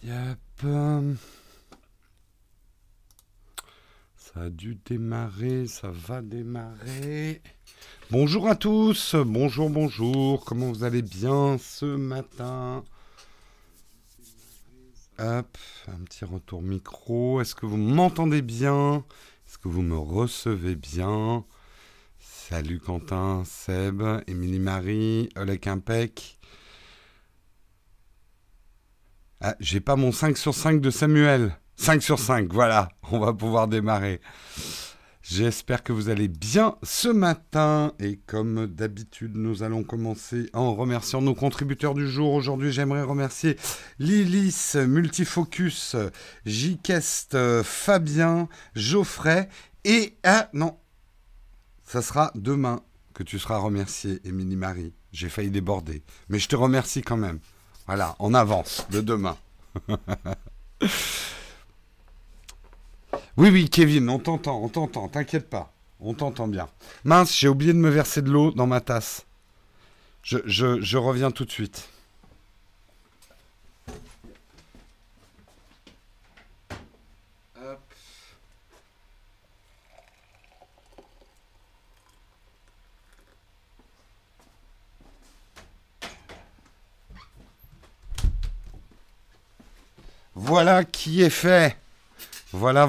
Yep. Ça a dû démarrer, ça va démarrer. Bonjour à tous, bonjour, bonjour. Comment vous allez bien ce matin? Hop, un petit retour micro. Est-ce que vous m'entendez bien? Est-ce que vous me recevez bien? Salut Quentin, Seb, Émilie Marie, Olek Impec. Ah, j'ai pas mon 5 sur 5 de Samuel. 5 sur 5, voilà, on va pouvoir démarrer. J'espère que vous allez bien ce matin. Et comme d'habitude, nous allons commencer en remerciant nos contributeurs du jour. Aujourd'hui, j'aimerais remercier Lilis, Multifocus, Jquest, Fabien, Geoffrey et... Ah non, ça sera demain que tu seras remercié, Émilie Marie. J'ai failli déborder, mais je te remercie quand même. Voilà, en avance de demain. Oui, oui, Kevin, on t'entend, t'inquiète pas. On t'entend bien. Mince, j'ai oublié de me verser de l'eau dans ma tasse. Je reviens tout de suite. Hop. Voilà qui est fait. Voilà.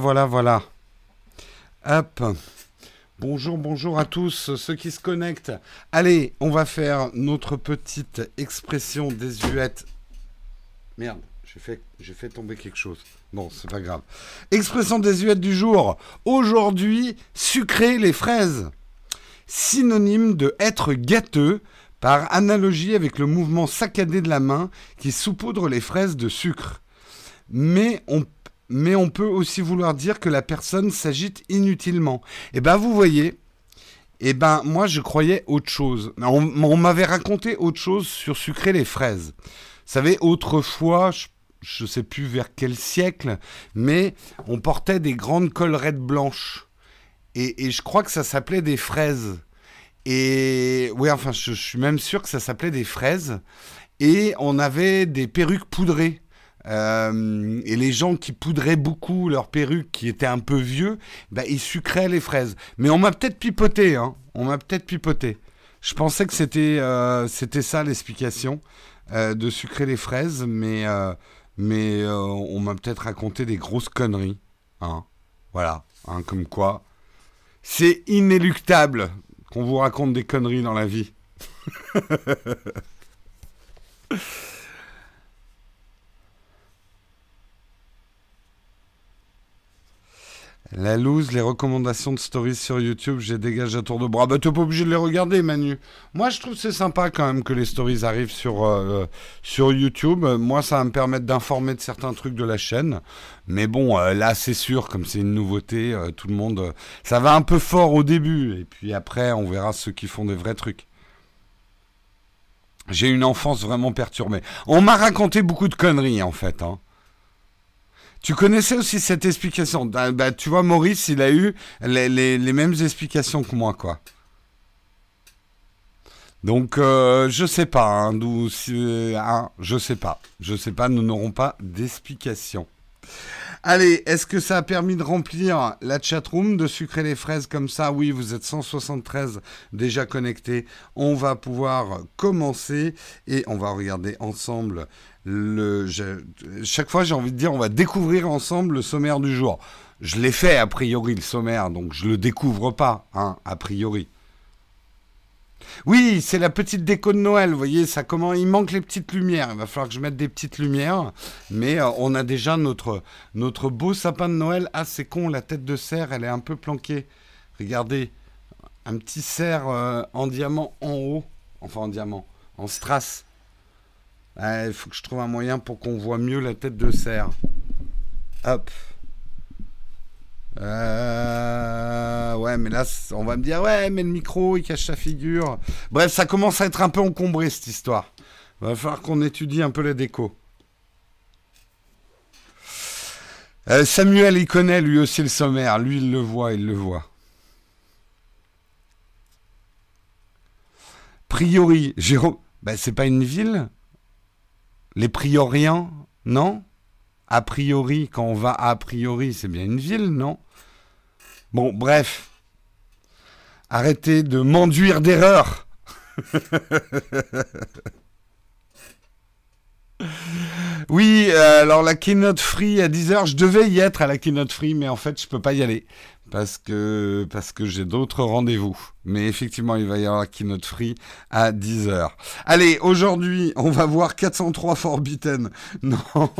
Hop. Bonjour, bonjour à tous ceux qui se connectent. Allez, on va faire notre petite expression désuète. Merde, j'ai fait tomber quelque chose. Bon, c'est pas grave. Expression désuète du jour. Aujourd'hui, sucrer les fraises. Synonyme de être gâteux, par analogie avec le mouvement saccadé de la main qui saupoudre les fraises de sucre. Mais on peut aussi vouloir dire que la personne s'agite inutilement. Et ben vous voyez, et ben moi je croyais autre chose. On m'avait raconté autre chose sur sucrer les fraises. Vous savez, autrefois, je ne sais plus vers quel siècle, mais on portait des grandes collerettes blanches. Et je crois que ça s'appelait des fraises. Et oui, enfin, je suis même sûr que ça s'appelait des fraises. Et on avait des perruques poudrées. Et les gens qui poudraient beaucoup leurs perruques, qui étaient un peu vieux, bah, ils sucraient les fraises. Mais on m'a peut-être pipoté, hein. On m'a peut-être pipoté. Je pensais que c'était ça l'explication de sucrer les fraises, mais on m'a peut-être raconté des grosses conneries, hein. Voilà, hein, comme quoi. C'est inéluctable qu'on vous raconte des conneries dans la vie. La loose, les recommandations de stories sur YouTube, j'ai dégagé à tour de bras. Bah t'es pas obligé de les regarder, Manu. Moi je trouve que c'est sympa quand même que les stories arrivent sur YouTube. Moi ça va me permettre d'informer de certains trucs de la chaîne. Mais bon, là c'est sûr, comme c'est une nouveauté, tout le monde... ça va un peu fort au début. Et puis après, on verra ceux qui font des vrais trucs. J'ai une enfance vraiment perturbée. On m'a raconté beaucoup de conneries en fait, hein. Tu connaissais aussi cette explication. Bah, tu vois, Maurice, il a eu les mêmes explications que moi, quoi. Donc, je sais pas, hein, je sais pas. Je sais pas, nous n'aurons pas d'explication. Allez, est-ce que ça a permis de remplir la chatroom, de sucrer les fraises comme ça? Oui, vous êtes 173 déjà connectés. On va pouvoir commencer et on va regarder ensemble chaque fois, j'ai envie de dire, on va découvrir ensemble le sommaire du jour. Je l'ai fait, a priori, le sommaire, donc je le découvre pas, hein, a priori. Oui, c'est la petite déco de Noël, vous voyez, il manque les petites lumières. Il va falloir que je mette des petites lumières, mais on a déjà notre beau sapin de Noël. Ah, c'est con, la tête de cerf, elle est un peu planquée. Regardez, un petit cerf en diamant en haut, enfin en diamant, en strass. Il faut que je trouve un moyen pour qu'on voit mieux la tête de cerf. Hop. Ouais, mais là, on va me dire, ouais, mais le micro, il cache sa figure. Bref, ça commence à être un peu encombré, cette histoire. Il va falloir qu'on étudie un peu la déco. Samuel, il connaît lui aussi le sommaire. Lui, il le voit. Priori, Jérôme... Bah, c'est pas une ville? Les Prioriens, non? A priori, quand on va a priori, c'est bien une ville, non? Bon, bref. Arrêtez de m'enduire d'erreurs. Oui, alors la keynote free à 10h, je devais y être à la keynote free, mais en fait, je peux pas y aller parce que j'ai d'autres rendez-vous. Mais effectivement, il va y avoir la keynote free à 10h. Allez, aujourd'hui, on va voir 403 Forbidden. Non,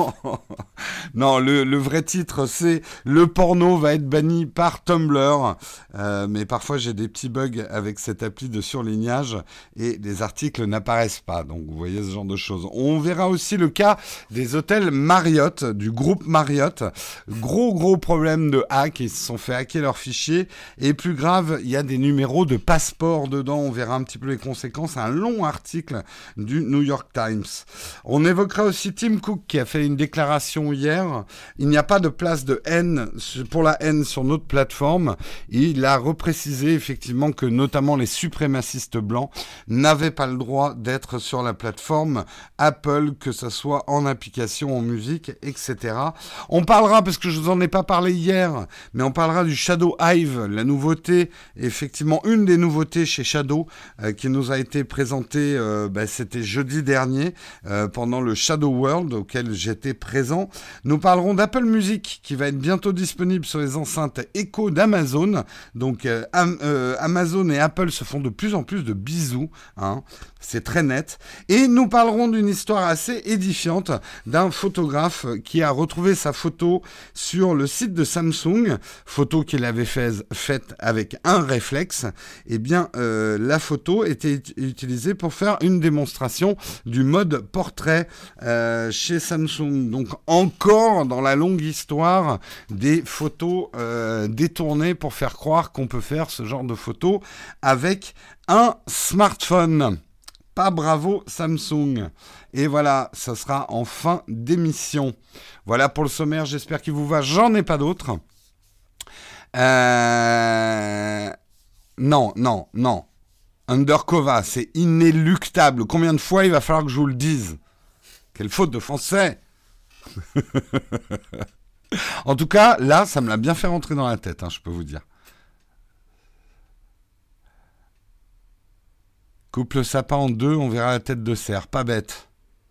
non, le vrai titre, c'est «Le porno va être banni par Tumblr». Mais parfois, j'ai des petits bugs avec cette appli de surlignage et les articles n'apparaissent pas. Donc, vous voyez ce genre de choses. On verra aussi le cas des hôtels Marriott, du groupe Marriott. Gros problème de hack. Ils se sont fait hacker leurs fichiers. Et plus grave, il y a des numéros de passeport dedans. On verra un petit peu les conséquences. Un long article du New York Times. On évoquera aussi Tim Cook qui a fait une déclaration hier. Il n'y a pas de place de haine pour la haine sur notre plateforme. Il a reprécisé effectivement que notamment les suprémacistes blancs n'avaient pas le droit d'être sur la plateforme Apple, que ce soit en application, en musique, etc. On parlera, parce que je vous en ai pas parlé hier, mais on parlera du Shadow Hive, la nouveauté, effectivement une des nouveautés chez Shadow qui nous a été présentée, c'était jeudi dernier pendant le Shadow World auquel j'étais présent. Nous parlerons d'Apple Music qui va être bientôt disponible sur les enceintes Echo d'Amazon. Donc Amazon et Apple se font de plus en plus de bisous, hein. C'est très net. Et nous parlerons d'une histoire assez édifiante d'un photographe qui a retrouvé sa photo sur le site de Samsung, photo qu'il avait faite avec un réflexe. Eh bien, la photo était utilisée pour faire une démonstration du mode portrait chez Samsung. Donc, encore dans la longue histoire des photos détournées pour faire croire qu'on peut faire ce genre de photos avec un smartphone. Pas bravo Samsung. Et voilà, ça sera en fin d'émission. Voilà pour le sommaire, j'espère qu'il vous va. J'en ai pas d'autres. Non. Undercover, c'est inéluctable. Combien de fois il va falloir que je vous le dise? Quelle faute de français. En tout cas, là, ça me l'a bien fait rentrer dans la tête, hein, je peux vous dire. Coupe le sapin en deux, on verra la tête de cerf. Pas bête.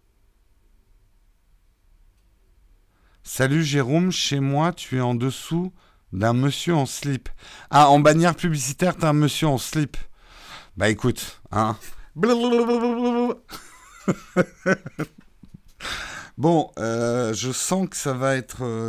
Salut Jérôme, chez moi, tu es en dessous d'un monsieur en slip. Ah, en bannière publicitaire, t'as un monsieur en slip. Bah écoute, hein. Bon, je sens que ça va être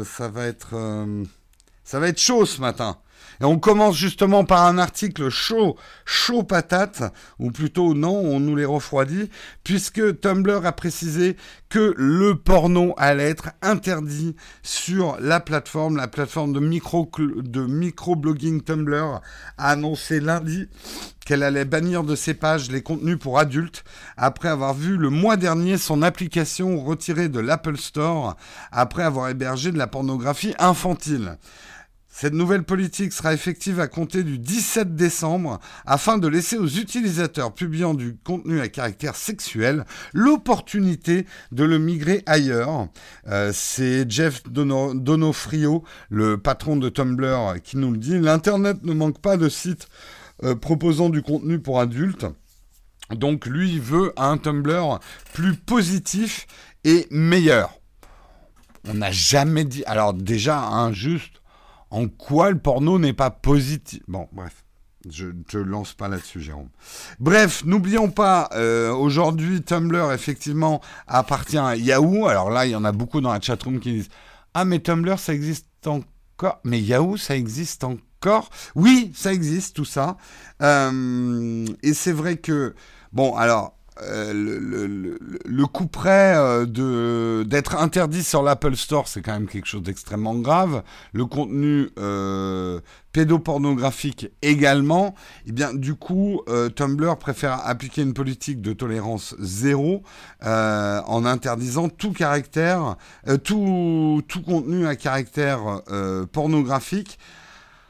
chaud ce matin. Et on commence justement par un article chaud patate, ou plutôt non, on nous les refroidit, puisque Tumblr a précisé que le porno allait être interdit sur la plateforme de microblogging Tumblr a annoncé lundi qu'elle allait bannir de ses pages les contenus pour adultes après avoir vu le mois dernier son application retirée de l'Apple Store après avoir hébergé de la pornographie infantile. Cette nouvelle politique sera effective à compter du 17 décembre afin de laisser aux utilisateurs publiant du contenu à caractère sexuel l'opportunité de le migrer ailleurs. C'est Jeff Donofrio, le patron de Tumblr, qui nous le dit. L'Internet ne manque pas de sites proposant du contenu pour adultes. Donc lui veut un Tumblr plus positif et meilleur. On n'a jamais dit... Alors déjà, juste... En quoi le porno n'est pas positif? Bon, bref, je ne te lance pas là-dessus, Jérôme. Bref, n'oublions pas, aujourd'hui, Tumblr, effectivement, appartient à Yahoo. Alors là, il y en a beaucoup dans la chatroom qui disent « Ah, mais Tumblr, ça existe encore. Mais Yahoo, ça existe encore ?» Oui, ça existe, tout ça. Et c'est vrai que... Bon, alors... le coup près d'être interdit sur l'Apple Store, c'est quand même quelque chose d'extrêmement grave. Le contenu pédopornographique également. Et bien, du coup, Tumblr préfère appliquer une politique de tolérance zéro en interdisant tout caractère, tout contenu à caractère pornographique.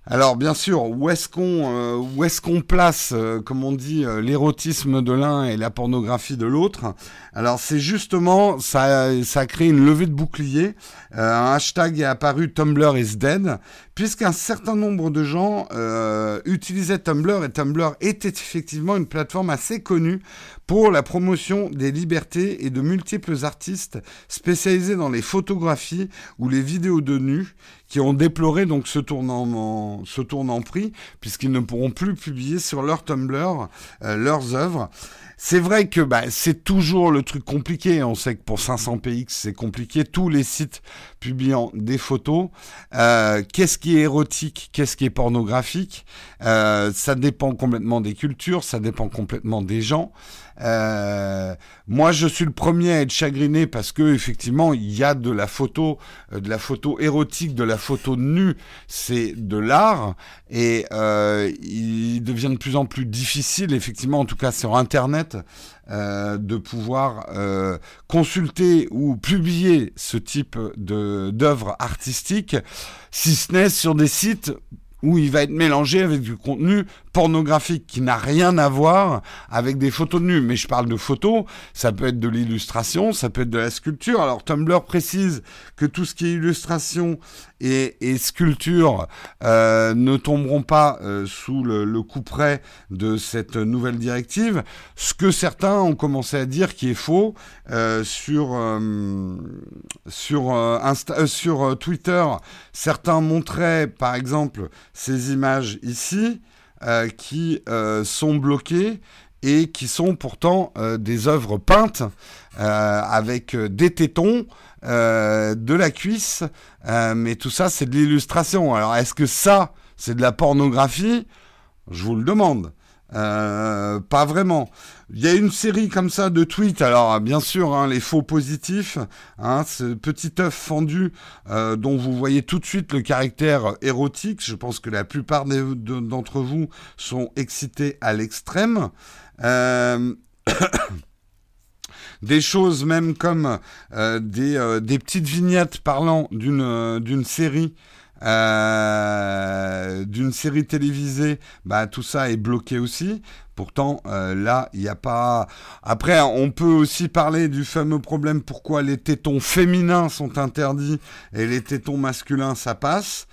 Alors bien sûr, où est-ce qu'on place, comme on dit, l'érotisme de l'un et la pornographie de l'autre? Alors c'est justement, ça a créé une levée de bouclier. Un hashtag est apparu, Tumblr is dead, puisqu'un certain nombre de gens utilisaient Tumblr, et Tumblr était effectivement une plateforme assez connue pour la promotion des libertés et de multiples artistes spécialisés dans les photographies ou les vidéos de nus, qui ont déploré donc ce tournant pris, puisqu'ils ne pourront plus publier sur leur Tumblr leurs œuvres. C'est vrai que c'est toujours le truc compliqué. On sait que pour 500px, c'est compliqué. Tous les sites publiant des photos. Qu'est-ce qui est érotique? Qu'est-ce qui est pornographique? Ça dépend complètement des cultures, ça dépend complètement des gens. Moi, je suis le premier à être chagriné parce que effectivement, il y a de la photo érotique, de la photo nue, c'est de l'art, et il devient de plus en plus difficile, effectivement, en tout cas sur Internet, de pouvoir consulter ou publier ce type d'œuvres artistiques, si ce n'est sur des sites où il va être mélangé avec du contenu pornographique qui n'a rien à voir avec des photos de nus. Mais je parle de photos, ça peut être de l'illustration, ça peut être de la sculpture. Alors Tumblr précise que tout ce qui est illustration et sculpture ne tomberont pas sous le couperet de cette nouvelle directive. Ce que certains ont commencé à dire qui est faux sur Twitter. Certains montraient par exemple ces images ici qui sont bloquées et qui sont pourtant des œuvres peintes avec des tétons, de la cuisse, mais tout ça c'est de l'illustration. Alors est-ce que ça c'est de la pornographie? Je vous le demande. Pas vraiment. Il y a une série comme ça de tweets, alors bien sûr, hein, les faux positifs, hein, ce petit œuf fendu dont vous voyez tout de suite le caractère érotique. Je pense que la plupart d'entre vous sont excités à l'extrême. Des choses même comme des petites vignettes parlant d'une série télévisée, tout ça est bloqué aussi. Pourtant, là, il n'y a pas... Après, on peut aussi parler du fameux problème pourquoi les tétons féminins sont interdits et les tétons masculins, ça passe.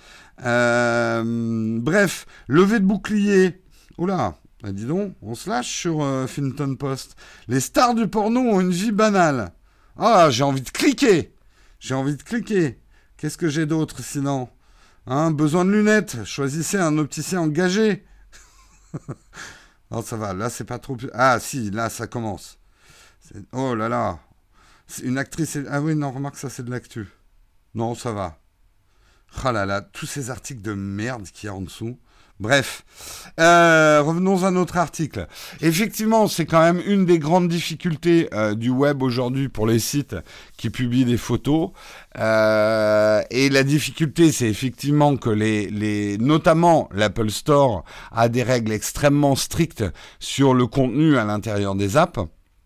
Bref, levée de bouclier. Oula, dis donc, on se lâche sur Huffington Post. Les stars du porno ont une vie banale. Ah, j'ai envie de cliquer. Qu'est-ce que j'ai d'autre sinon? Besoin de lunettes. Choisissez un opticien engagé. Non, ça va. Là, c'est pas trop... Ah, si, là, ça commence. Oh là là. C'est une actrice... Ah oui, non, remarque, ça, c'est de l'actu. Non, ça va. Ah là là, tous ces articles de merde qu'il y a en dessous. Bref, revenons à notre article. Effectivement, c'est quand même une des grandes difficultés du web aujourd'hui pour les sites qui publient des photos. Et la difficulté, c'est effectivement que notamment l'Apple Store a des règles extrêmement strictes sur le contenu à l'intérieur des apps.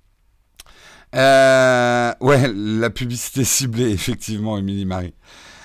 Ouais, la publicité ciblée, effectivement, Émilie Marie.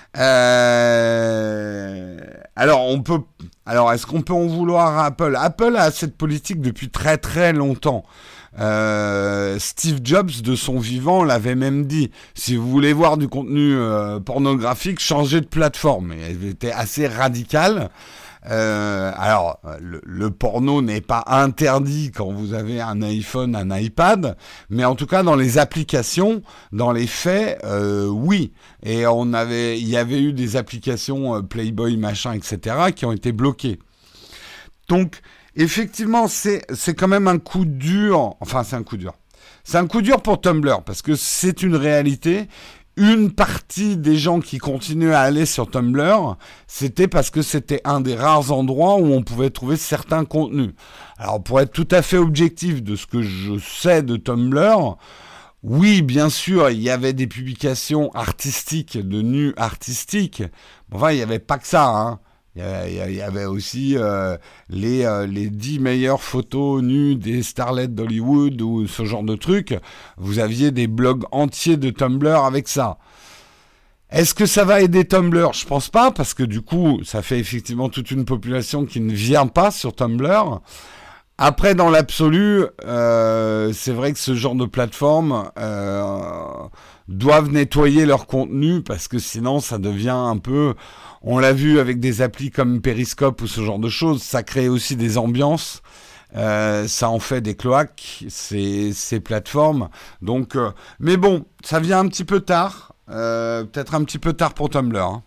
Alors, est-ce qu'on peut en vouloir à Apple? Apple a cette politique depuis très très longtemps. Steve Jobs, de son vivant, l'avait même dit. Si vous voulez voir du contenu pornographique, changez de plateforme. Elle était assez radicale. Alors, le porno n'est pas interdit quand vous avez un iPhone, un iPad, mais en tout cas dans les applications, dans les faits, oui. Et il y avait eu des applications Playboy, machin, etc., qui ont été bloquées. Donc, effectivement, c'est quand même un coup dur. Enfin, c'est un coup dur. C'est un coup dur pour Tumblr parce que c'est une réalité. Une partie des gens qui continuaient à aller sur Tumblr, c'était parce que c'était un des rares endroits où on pouvait trouver certains contenus. Alors, pour être tout à fait objectif de ce que je sais de Tumblr, oui, bien sûr, il y avait des publications artistiques, de nus artistiques. Enfin, il n'y avait pas que ça, hein. Il y avait aussi les 10 meilleures photos nues des starlets d'Hollywood ou ce genre de trucs. Vous aviez des blogs entiers de Tumblr avec ça. Est-ce que ça va aider Tumblr? Je pense pas, parce que du coup, ça fait effectivement toute une population qui ne vient pas sur Tumblr. Après, dans l'absolu, c'est vrai que ce genre de plateformes doivent nettoyer leur contenu, parce que sinon, ça devient un peu... On l'a vu avec des applis comme Periscope ou ce genre de choses, ça crée aussi des ambiances. Ça en fait des cloaques, ces plateformes. Donc, mais bon, ça vient un petit peu tard. Peut-être un petit peu tard pour Tumblr. Hein.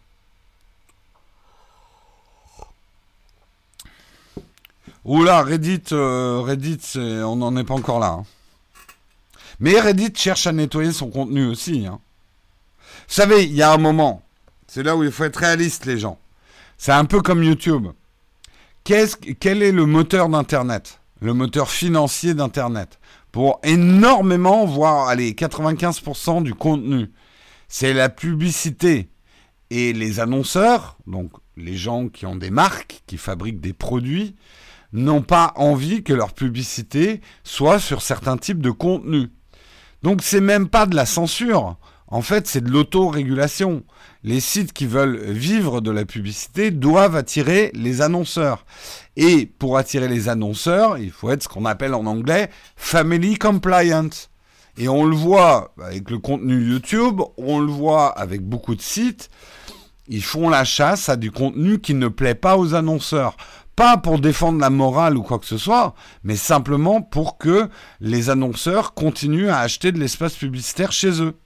Oula, Reddit, on n'en est pas encore là. Hein. Mais Reddit cherche à nettoyer son contenu aussi. Hein. Vous savez, il y a un moment, c'est là où il faut être réaliste, les gens. C'est un peu comme YouTube. Quel est le moteur d'Internet? Le moteur financier d'Internet? Pour énormément, voire allez, 95% du contenu. C'est la publicité. Et les annonceurs, donc les gens qui ont des marques, qui fabriquent des produits, n'ont pas envie que leur publicité soit sur certains types de contenus. Donc c'est même pas de la censure. En fait, c'est de l'autorégulation. Les sites qui veulent vivre de la publicité doivent attirer les annonceurs. Et pour attirer les annonceurs, il faut être ce qu'on appelle en anglais family compliant. Et on le voit avec le contenu YouTube, on le voit avec beaucoup de sites. Ils font la chasse à du contenu qui ne plaît pas aux annonceurs. Pas pour défendre la morale ou quoi que ce soit, mais simplement pour que les annonceurs continuent à acheter de l'espace publicitaire chez eux.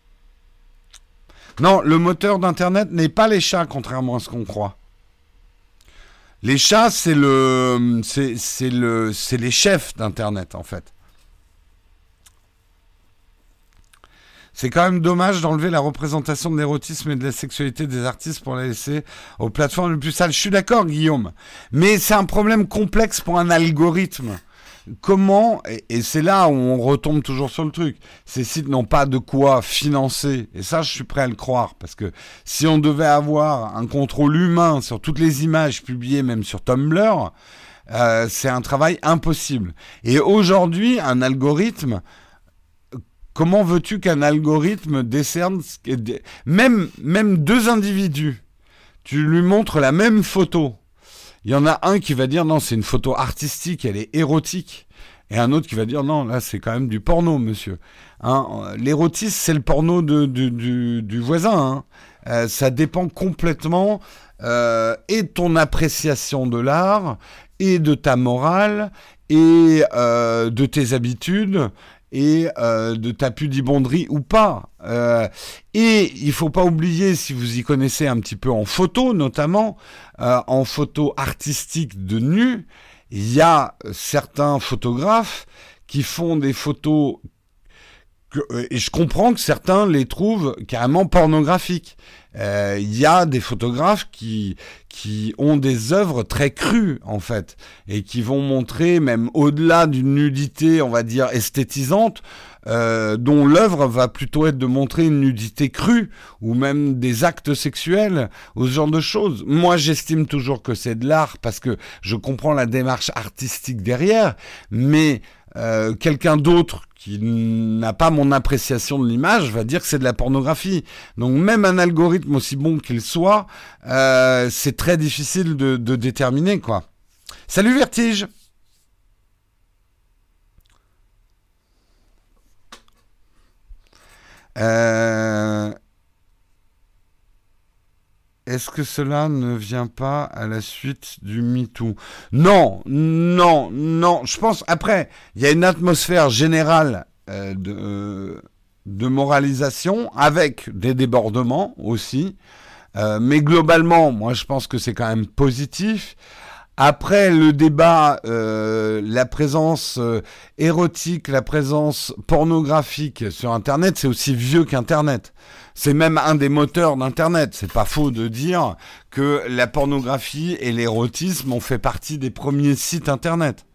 Non, le moteur d'Internet n'est pas les chats, contrairement à ce qu'on croit. Les chats, c'est les chefs d'Internet, en fait. C'est quand même dommage d'enlever la représentation de l'érotisme et de la sexualité des artistes pour la laisser aux plateformes les plus sales. Je suis d'accord, Guillaume. Mais c'est un problème complexe pour un algorithme. Comment, et c'est là où on retombe toujours sur le truc, ces sites n'ont pas de quoi financer, et ça je suis prêt à le croire, parce que si on devait avoir un contrôle humain sur toutes les images publiées, même sur Tumblr, c'est un travail impossible. Et aujourd'hui, un algorithme, comment veux-tu qu'un algorithme décerne, même deux individus, tu lui montres la même photo, il y en a un qui va dire non, c'est une photo artistique, elle est érotique. Et un autre qui va dire non, là c'est quand même du porno, monsieur. Hein, l'érotisme, c'est le porno du voisin. Hein. Ça dépend complètement et de ton appréciation de l'art, et de ta morale, et de tes habitudes, et de ta pudibonderie ou pas. Et il faut pas oublier, si vous y connaissez un petit peu en photo, notamment en photo artistique de nu, il y a certains photographes qui font des photos et je comprends que certains les trouvent carrément pornographiques. Il y a des photographes qui ont des œuvres très crues, en fait, et qui vont montrer, même au-delà d'une nudité, on va dire, esthétisante, dont l'œuvre va plutôt être de montrer une nudité crue, ou même des actes sexuels, ou ce genre de choses. Moi, j'estime toujours que c'est de l'art, parce que je comprends la démarche artistique derrière, mais quelqu'un d'autre qui n'a pas mon appréciation de l'image va dire que c'est de la pornographie. Donc même un algorithme aussi bon qu'il soit, c'est très difficile de déterminer, quoi. Salut Vertige. Est-ce que cela ne vient pas à la suite du MeToo? Non, non, non. Je pense, après, il y a une atmosphère générale de moralisation, avec des débordements aussi. Mais globalement, moi, je pense que c'est quand même positif. Après le débat, la présence érotique, la présence pornographique sur Internet, c'est aussi vieux qu'Internet. C'est même un des moteurs d'Internet. C'est pas faux de dire que la pornographie et l'érotisme ont fait partie des premiers sites Internet.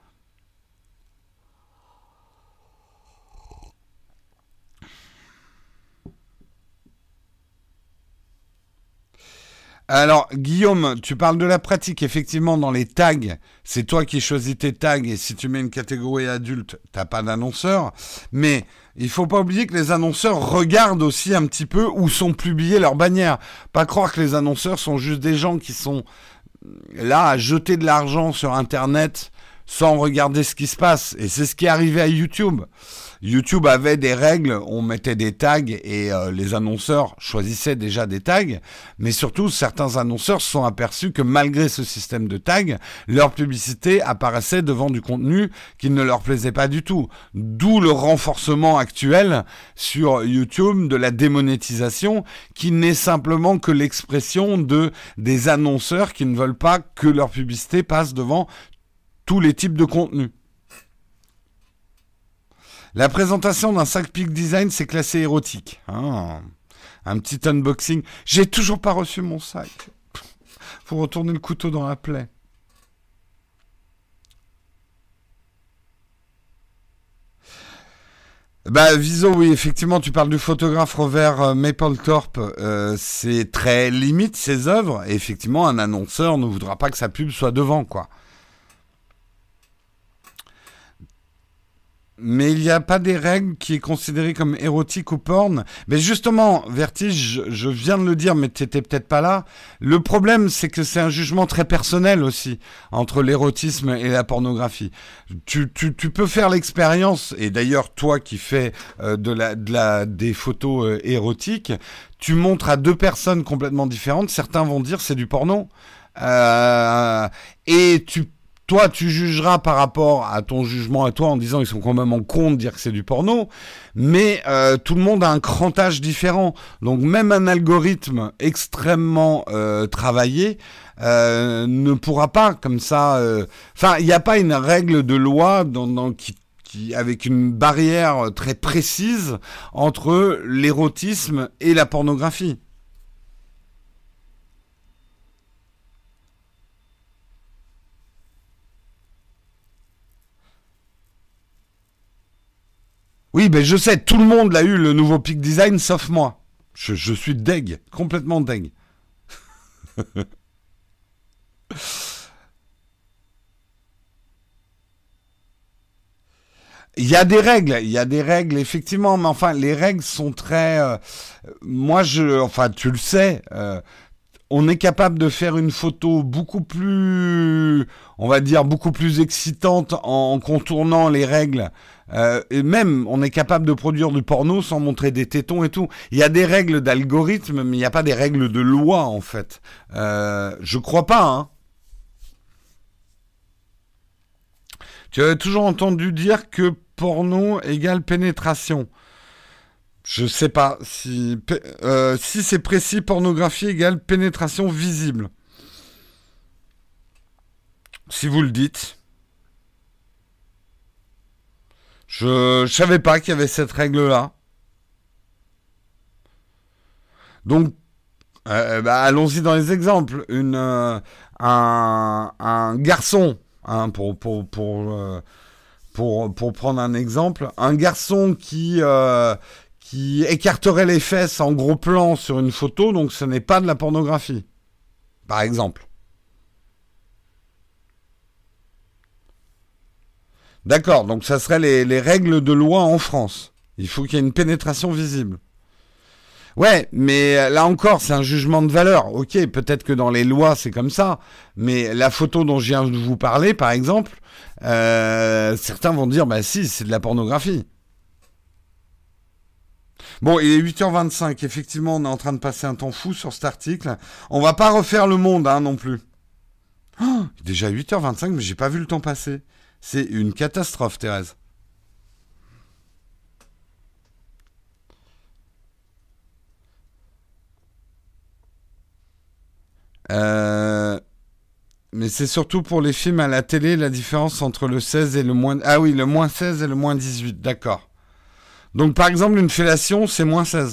Alors, Guillaume, tu parles de la pratique. Effectivement, dans les tags, c'est toi qui choisis tes tags. Et si tu mets une catégorie adulte, t'as pas d'annonceur. Mais il faut pas oublier que les annonceurs regardent aussi un petit peu où sont publiées leurs bannières. Pas croire que les annonceurs sont juste des gens qui sont là à jeter de l'argent sur Internet sans regarder ce qui se passe. Et c'est ce qui est arrivé à YouTube. YouTube avait des règles, on mettait des tags et les annonceurs choisissaient déjà des tags, mais surtout certains annonceurs se sont aperçus que malgré ce système de tags, leur publicité apparaissait devant du contenu qui ne leur plaisait pas du tout. D'où le renforcement actuel sur YouTube de la démonétisation qui n'est simplement que l'expression des annonceurs qui ne veulent pas que leur publicité passe devant tous les types de contenus. La présentation d'un sac Peak Design, c'est classé érotique. Ah, un petit unboxing. J'ai toujours pas reçu mon sac. Faut retourner le couteau dans la plaie. Bah, Viso, oui, effectivement, tu parles du photographe Robert Mapplethorpe. C'est très limite, ses œuvres. Et effectivement, un annonceur ne voudra pas que sa pub soit devant, quoi. Mais il n'y a pas des règles qui est considérée comme érotique ou porn. Mais justement, Vertige, je viens de le dire, mais tu n'étais peut-être pas là. Le problème, c'est que c'est un jugement très personnel aussi, entre l'érotisme et la pornographie. Tu peux faire l'expérience, et d'ailleurs, toi qui fais des photos érotiques, tu montres à deux personnes complètement différentes. Certains vont dire c'est du porno. Et toi, tu jugeras par rapport à ton jugement à toi en disant ils sont quand même en con de dire que c'est du porno, mais tout le monde a un crantage différent. Donc même un algorithme extrêmement travaillé ne pourra pas comme ça... Enfin, il n'y a pas une règle de loi avec une barrière très précise entre l'érotisme et la pornographie. Oui, ben je sais, tout le monde l'a eu, le nouveau Peak Design, sauf moi. Je suis deg, complètement deg. Il y a des règles, effectivement, mais enfin, les règles sont très... enfin, tu le sais, on est capable de faire une photo beaucoup plus, on va dire, beaucoup plus excitante en contournant les règles. Et même, on est capable de produire du porno sans montrer des tétons et tout. Il y a des règles d'algorithme, mais il n'y a pas des règles de loi, en fait. Je crois pas, hein. Tu avais toujours entendu dire que porno égale pénétration. Je sais pas si c'est précis, pornographie égale pénétration visible. Si vous le dites. Je savais pas qu'il y avait cette règle-là. Donc, allons-y dans les exemples. Un garçon, hein, pour prendre un exemple, un garçon qui écarterait les fesses en gros plan sur une photo, donc ce n'est pas de la pornographie, par exemple. D'accord, donc ça serait les règles de loi en France. Il faut qu'il y ait une pénétration visible. Ouais, mais là encore, c'est un jugement de valeur. Ok, peut-être que dans les lois, c'est comme ça. Mais la photo dont je viens de vous parler, par exemple, certains vont dire, bah si, c'est de la pornographie. Bon, il est 8h25. Effectivement, on est en train de passer un temps fou sur cet article. On va pas refaire le monde, hein, non plus. Oh, déjà 8h25, mais j'ai pas vu le temps passer. C'est une catastrophe, Thérèse. Mais c'est surtout pour les films à la télé, la différence entre le 16 et le moins... Ah oui, le moins 16 et le moins 18, d'accord. Donc par exemple, une fellation, c'est moins 16.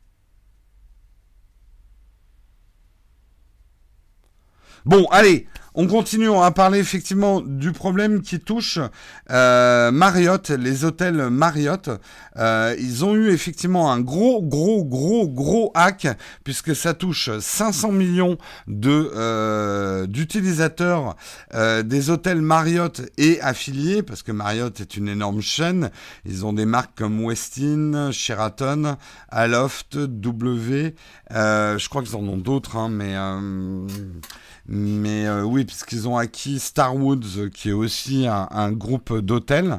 Bon, allez, On continue, on va parler effectivement du problème qui touche Marriott, les hôtels Marriott. Ils ont eu effectivement un gros hack, puisque ça touche 500 millions d'utilisateurs des hôtels Marriott et affiliés, parce que Marriott est une énorme chaîne. Ils ont des marques comme Westin, Sheraton, Aloft, W. Je crois qu'ils en ont d'autres, hein, mais oui, puisqu'ils ont acquis Starwoods, qui est aussi un groupe d'hôtels.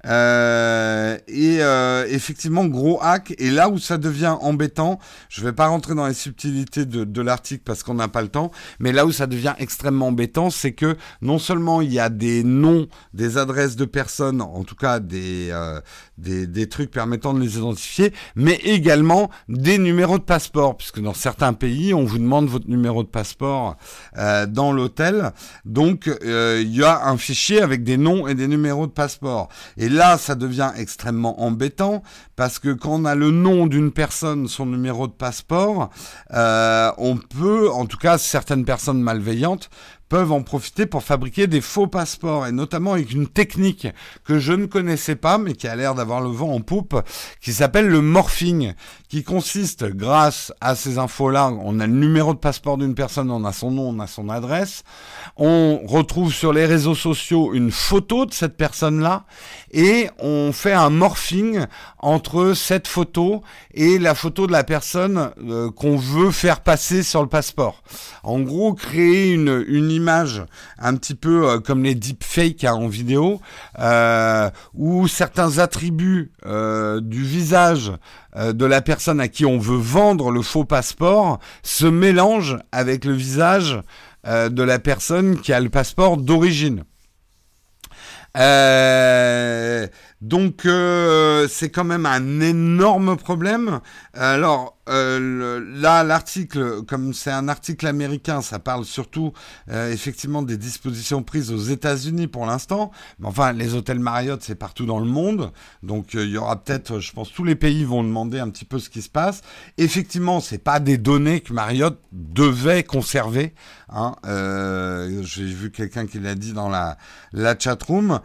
Effectivement, gros hack. Et là où ça devient embêtant, je ne vais pas rentrer dans les subtilités de l'article parce qu'on n'a pas le temps, mais là où ça devient extrêmement embêtant, c'est que non seulement il y a des noms, des adresses de personnes, en tout cas des trucs permettant de les identifier, mais également des numéros de passeport, puisque dans certains pays, on vous demande votre numéro de passeport dans l'hôtel. Donc, il y a un fichier avec des noms et des numéros de passeport. Et là, ça devient extrêmement embêtant parce que quand on a le nom d'une personne, son numéro de passeport, on peut, en tout cas certaines personnes malveillantes, peuvent en profiter pour fabriquer des faux passeports, et notamment avec une technique que je ne connaissais pas, mais qui a l'air d'avoir le vent en poupe, qui s'appelle le morphing, qui consiste, grâce à ces infos-là, on a le numéro de passeport d'une personne, on a son nom, on a son adresse, on retrouve sur les réseaux sociaux une photo de cette personne-là, et on fait un morphing entre cette photo et la photo de la personne qu'on veut faire passer sur le passeport. En gros, créer une image un petit peu comme les deepfakes en vidéo, où certains attributs du visage de la personne à qui on veut vendre le faux passeport se mélangent avec le visage de la personne qui a le passeport d'origine. Donc c'est quand même un énorme problème. Alors là, l'article, comme c'est un article américain, ça parle surtout effectivement des dispositions prises aux États-Unis pour l'instant. Mais enfin, les hôtels Marriott, c'est partout dans le monde. Donc il y aura peut-être, je pense, tous les pays vont demander un petit peu ce qui se passe. Effectivement, c'est pas des données que Marriott devait conserver. Hein. J'ai vu quelqu'un qui l'a dit dans la chatroom.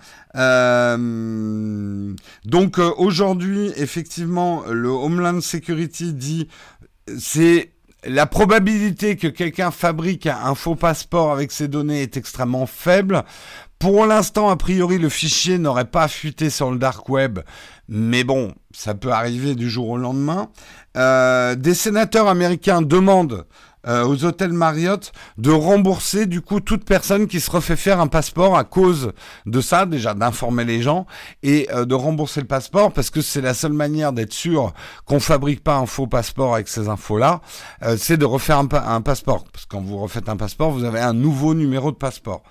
Donc aujourd'hui, effectivement, le Homeland Security dit c'est la probabilité que quelqu'un fabrique un faux passeport avec ces données est extrêmement faible. Pour l'instant, a priori, le fichier n'aurait pas fuité sur le dark web, mais bon, ça peut arriver du jour au lendemain. Des sénateurs américains demandent aux hôtels Marriott de rembourser du coup toute personne qui se refait faire un passeport à cause de ça, déjà d'informer les gens et de rembourser le passeport, parce que c'est la seule manière d'être sûr qu'on fabrique pas un faux passeport avec ces infos-là, c'est de refaire un passeport, parce que quand vous refaites un passeport, vous avez un nouveau numéro de passeport.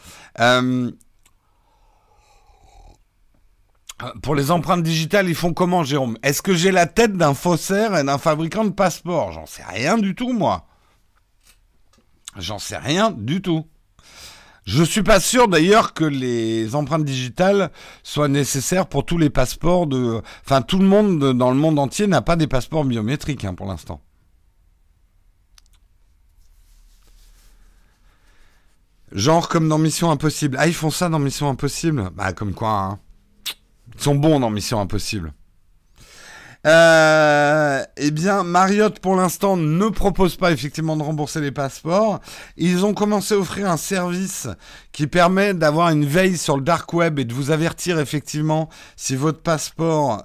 Pour les empreintes digitales, ils font comment, Jérôme? Est-ce que j'ai la tête d'un faussaire et d'un fabricant de passeport? J'en sais rien du tout, moi. J'en sais rien du tout. Je suis pas sûr d'ailleurs que les empreintes digitales soient nécessaires pour tous les passeports de... Enfin, tout le monde dans le monde entier n'a pas des passeports biométriques pour l'instant. Genre comme dans Mission Impossible. Ah, ils font ça dans Mission Impossible? Bah, comme quoi, hein. Ils sont bons dans Mission Impossible. Eh bien, Marriott, pour l'instant, ne propose pas effectivement de rembourser les passeports. Ils ont commencé à offrir un service qui permet d'avoir une veille sur le dark web et de vous avertir effectivement si votre passeport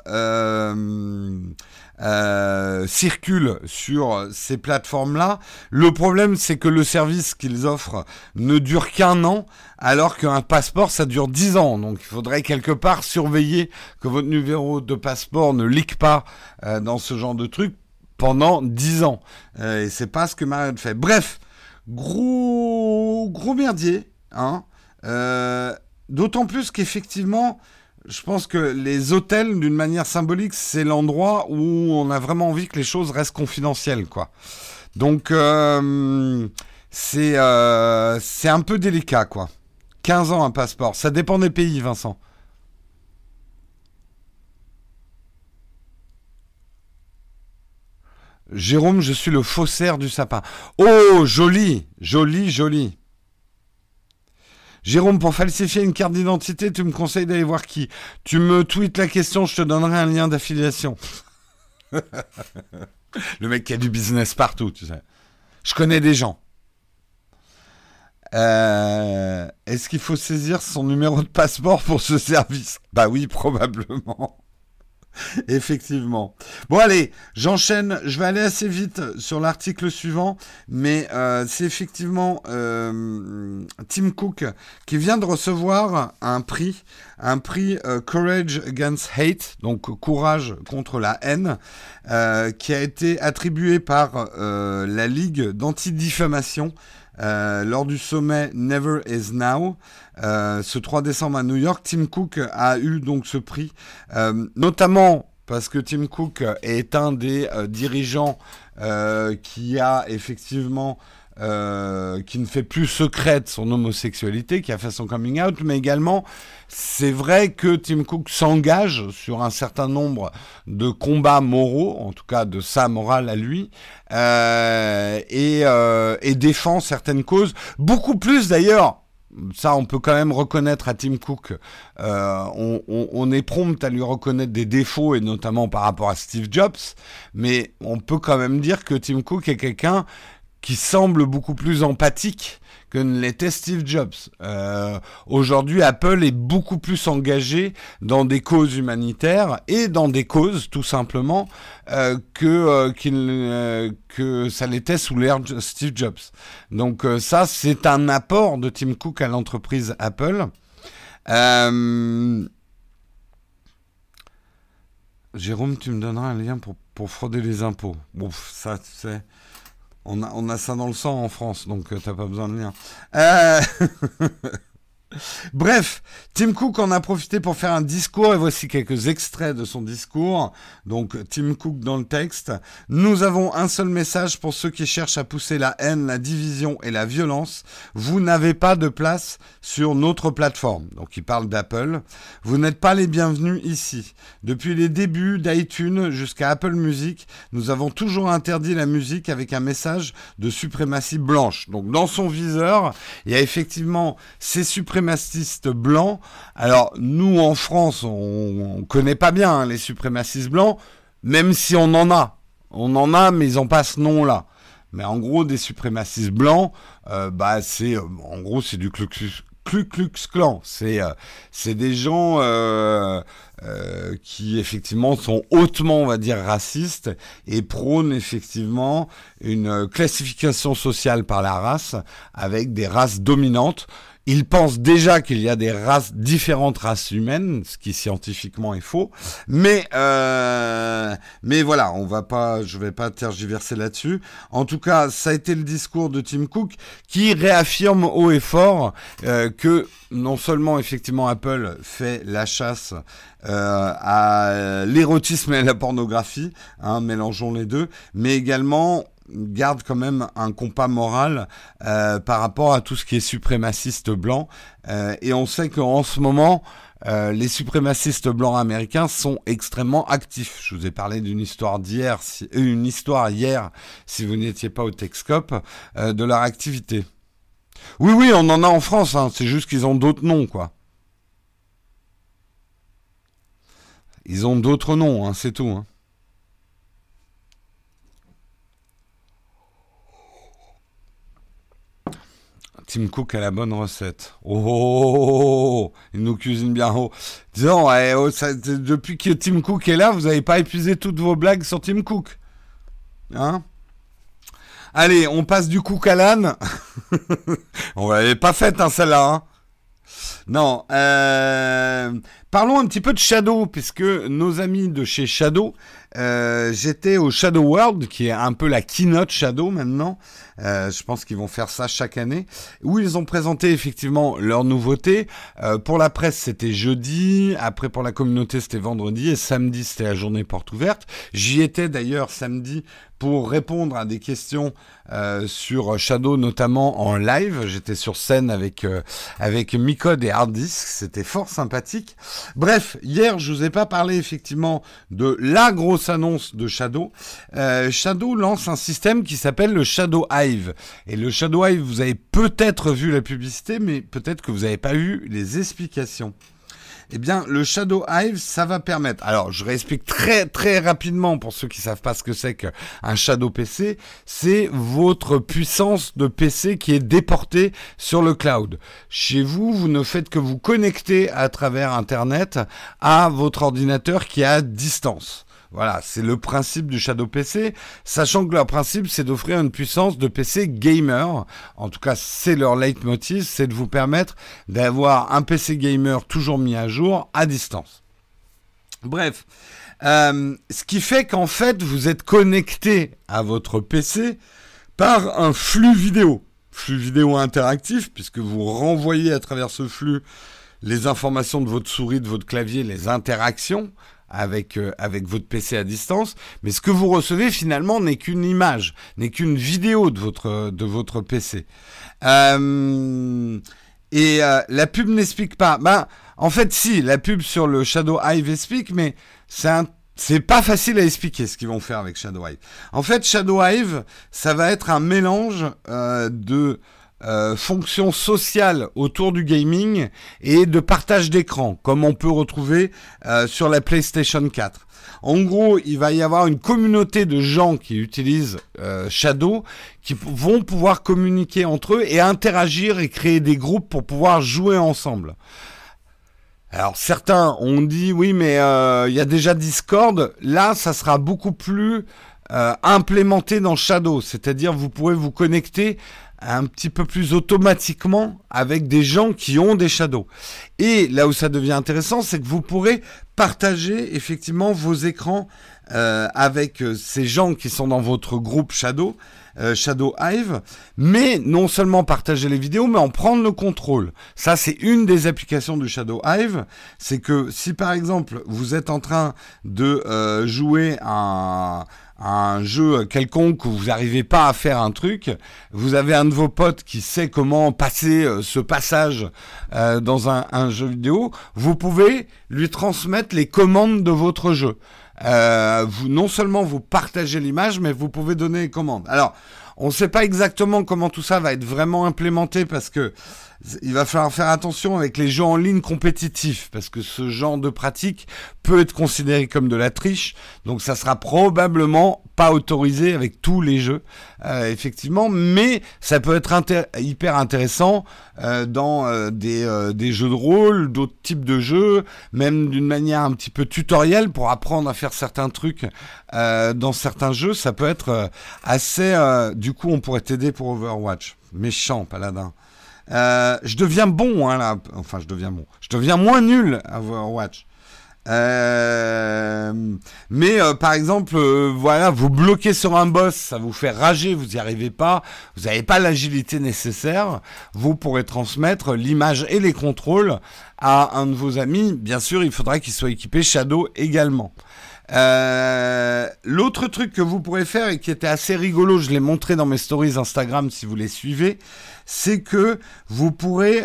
circule sur ces plateformes-là. Le problème, c'est que le service qu'ils offrent ne dure qu'1 an, alors qu'un passeport, ça dure 10 ans. Donc, il faudrait quelque part surveiller que votre numéro de passeport ne leak pas dans ce genre de truc pendant 10 ans. Et c'est pas ce que Marriott fait. Bref, gros merdier. Hein. D'autant plus qu'effectivement, je pense que les hôtels, d'une manière symbolique, c'est l'endroit où on a vraiment envie que les choses restent confidentielles, quoi. Donc, c'est un peu délicat, quoi. 15 ans un passeport. Ça dépend des pays, Vincent. Jérôme, je suis le faussaire du sapin. Oh, joli, joli, joli. Jérôme, pour falsifier une carte d'identité, tu me conseilles d'aller voir qui? Tu me tweets la question, je te donnerai un lien d'affiliation. Le mec qui a du business partout, tu sais. Je connais des gens. Est-ce qu'il faut saisir son numéro de passeport pour ce service? Bah oui, probablement. Effectivement. Bon allez, j'enchaîne, je vais aller assez vite sur l'article suivant, mais c'est effectivement Tim Cook qui vient de recevoir un prix Courage Against Hate, donc courage contre la haine, qui a été attribué par la Ligue d'anti-diffamation lors du sommet Never Is Now, ce 3 décembre à New York. Tim Cook a eu donc ce prix, notamment parce que Tim Cook est un des dirigeants qui a effectivement qui ne fait plus secret de son homosexualité, qui a fait son coming out, mais également, c'est vrai que Tim Cook s'engage sur un certain nombre de combats moraux, en tout cas de sa morale à lui, et défend certaines causes, beaucoup plus d'ailleurs. Ça, on peut quand même reconnaître à Tim Cook, on est prompt à lui reconnaître des défauts, et notamment par rapport à Steve Jobs, mais on peut quand même dire que Tim Cook est quelqu'un qui semble beaucoup plus empathique que ne l'était Steve Jobs. Aujourd'hui, Apple est beaucoup plus engagé dans des causes humanitaires et dans des causes, tout simplement, que ça l'était sous l'ère Steve Jobs. Donc ça, c'est un apport de Tim Cook à l'entreprise Apple. Jérôme, tu me donneras un lien pour frauder les impôts. Bon, ça, tu sais... On a ça dans le sang en France, donc t'as pas besoin de lien. Bref, Tim Cook en a profité pour faire un discours, et voici quelques extraits de son discours. Donc, Tim Cook dans le texte. Nous avons un seul message pour ceux qui cherchent à pousser la haine, la division et la violence. Vous n'avez pas de place sur notre plateforme. Donc, il parle d'Apple. Vous n'êtes pas les bienvenus ici. Depuis les débuts d'iTunes jusqu'à Apple Music, nous avons toujours interdit la musique avec un message de suprématie blanche. Donc, dans son viseur, il y a effectivement ces suprémacistes blancs. Alors, nous, en France, on connaît pas bien les suprémacistes blancs, même si on en a. On en a, mais ils n'ont pas ce nom-là. Mais en gros, des suprémacistes blancs, c'est du Ku Klux Klan. C'est des gens qui effectivement sont hautement, on va dire, racistes et prônent effectivement une classification sociale par la race avec des races dominantes. Ils pensent déjà qu'il y a différentes races humaines, ce qui scientifiquement est faux. Mais voilà, je vais pas tergiverser là-dessus. En tout cas, ça a été le discours de Tim Cook qui réaffirme haut et fort que non seulement effectivement Apple fait la chasse à l'érotisme et à la pornographie, mélangeons les deux, mais également garde quand même un compas moral par rapport à tout ce qui est suprémaciste blanc. Et on sait qu'en ce moment, les suprémacistes blancs américains sont extrêmement actifs. Je vous ai parlé d'une histoire hier, si vous n'étiez pas au Techscope, de leur activité. Oui, on en a en France, c'est juste qu'ils ont d'autres noms, quoi. Ils ont d'autres noms, c'est tout, Tim Cook a la bonne recette. Oh, il nous cuisine bien. Disons, depuis que Tim Cook est là, vous n'avez pas épuisé toutes vos blagues sur Tim Cook. Allez, on passe du cook à l'âne. On l'avait pas faite, celle-là. Non. Parlons un petit peu de Shadow, puisque nos amis de chez Shadow, j'étais au Shadow World, qui est un peu la keynote Shadow maintenant. Je pense qu'ils vont faire ça chaque année, où ils ont présenté effectivement leurs nouveautés. Pour la presse, c'était jeudi. Après, pour la communauté, c'était vendredi. Et samedi, c'était la journée porte ouverte. J'y étais d'ailleurs samedi pour répondre à des questions sur Shadow, notamment en live. J'étais sur scène avec Micode et Harddisk. C'était fort sympathique. Bref, hier, je vous ai pas parlé effectivement de la grosse grosse annonce de Shadow. Shadow lance un système qui s'appelle le Shadow Hive. Et le Shadow Hive, vous avez peut-être vu la publicité, mais peut-être que vous n'avez pas eu les explications. Eh bien, le Shadow Hive, ça va permettre... Alors, je réexplique très très rapidement pour ceux qui savent pas ce que c'est qu'un Shadow PC. C'est votre puissance de PC qui est déportée sur le cloud. Chez vous, vous ne faites que vous connecter à travers Internet à votre ordinateur qui est à distance. Voilà, c'est le principe du Shadow PC, sachant que leur principe, c'est d'offrir une puissance de PC gamer. En tout cas, c'est leur leitmotiv, c'est de vous permettre d'avoir un PC gamer toujours mis à jour à distance. Bref, ce qui fait qu'en fait, vous êtes connecté à votre PC par un flux vidéo interactif, puisque vous renvoyez à travers ce flux les informations de votre souris, de votre clavier, les interactions avec votre PC à distance, mais ce que vous recevez finalement n'est qu'une image, n'est qu'une vidéo de votre PC. La pub n'explique pas. En fait, si, la pub sur le Shadow Hive explique, mais c'est pas facile à expliquer ce qu'ils vont faire avec Shadow Hive. En fait, Shadow Hive, ça va être un mélange de fonctions sociales autour du gaming et de partage d'écran, comme on peut retrouver sur la PlayStation 4. En gros, il va y avoir une communauté de gens qui utilisent Shadow, qui vont pouvoir communiquer entre eux et interagir et créer des groupes pour pouvoir jouer ensemble. Alors certains ont dit oui, mais il y a déjà Discord. Là, ça sera beaucoup plus implémenté dans Shadow, c'est-à-dire vous pourrez vous connecter un petit peu plus automatiquement avec des gens qui ont des Shadows. Et là où ça devient intéressant, c'est que vous pourrez partager effectivement vos écrans avec ces gens qui sont dans votre groupe Shadow Hive, mais non seulement partager les vidéos, mais en prendre le contrôle. Ça, c'est une des applications du Shadow Hive. C'est que si par exemple vous êtes en train de jouer à un jeu quelconque où vous n'arrivez pas à faire un truc, vous avez un de vos potes qui sait comment passer ce passage dans un jeu vidéo, vous pouvez lui transmettre les commandes de votre jeu. Non seulement vous partagez l'image, mais vous pouvez donner les commandes. Alors, on ne sait pas exactement comment tout ça va être vraiment implémenté parce que il va falloir faire attention avec les jeux en ligne compétitifs parce que ce genre de pratique peut être considéré comme de la triche. Donc ça sera probablement pas autorisé avec tous les jeux, effectivement, mais ça peut être hyper intéressant dans des jeux de rôle, d'autres types de jeux, même d'une manière un petit peu tutoriel pour apprendre à faire certains trucs dans certains jeux. Ça peut être assez... du coup, on pourrait t'aider pour Overwatch. Méchant, paladin. Je deviens bon, hein, là. Enfin, je deviens bon. Je deviens moins nul à Overwatch. Mais par exemple, voilà, vous bloquez sur un boss, ça vous fait rager, vous n'y arrivez pas, vous n'avez pas l'agilité nécessaire, vous pourrez transmettre l'image et les contrôles à un de vos amis. Bien sûr, il faudra qu'il soit équipé Shadow également. L'autre truc que vous pourrez faire et qui était assez rigolo, je l'ai montré dans mes stories Instagram si vous les suivez, c'est que vous pourrez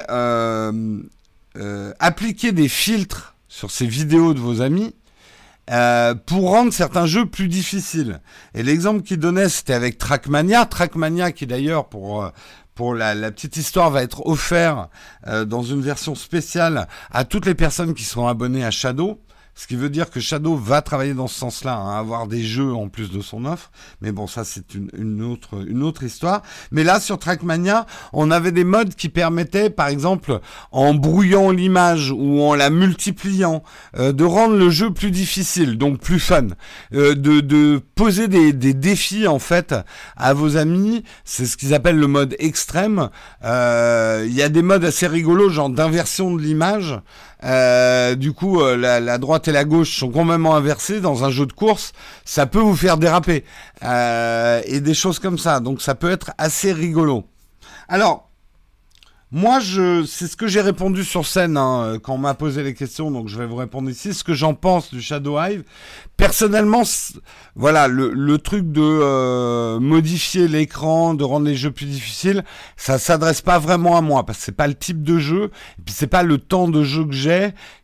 appliquer des filtres sur ces vidéos de vos amis pour rendre certains jeux plus difficiles. Et l'exemple qu'il donnait, c'était avec Trackmania. Trackmania qui d'ailleurs, pour la petite histoire, va être offert dans une version spéciale à toutes les personnes qui sont abonnées à Shadow. Ce qui veut dire que Shadow va travailler dans ce sens-là, hein, avoir des jeux en plus de son offre. Mais bon, ça c'est une autre histoire. Mais là, sur Trackmania, on avait des modes qui permettaient, par exemple, en brouillant l'image ou en la multipliant, de rendre le jeu plus difficile, donc plus fun. De poser des défis, en fait, à vos amis. C'est ce qu'ils appellent le mode extrême. Il y a des modes assez rigolos, genre d'inversion de l'image. Du coup, la droite et la gauche sont complètement inversées dans un jeu de course, ça peut vous faire déraper et des choses comme ça. Donc ça peut être assez rigolo. Alors, moi, c'est ce que j'ai répondu sur scène hein, quand on m'a posé les questions, donc je vais vous répondre ici. Ce que j'en pense du Shadow Hive, personnellement, voilà, le truc de modifier l'écran, de rendre les jeux plus difficiles, ça s'adresse pas vraiment à moi parce que c'est pas le type de jeu, et puis c'est pas le temps de jeu que j'ai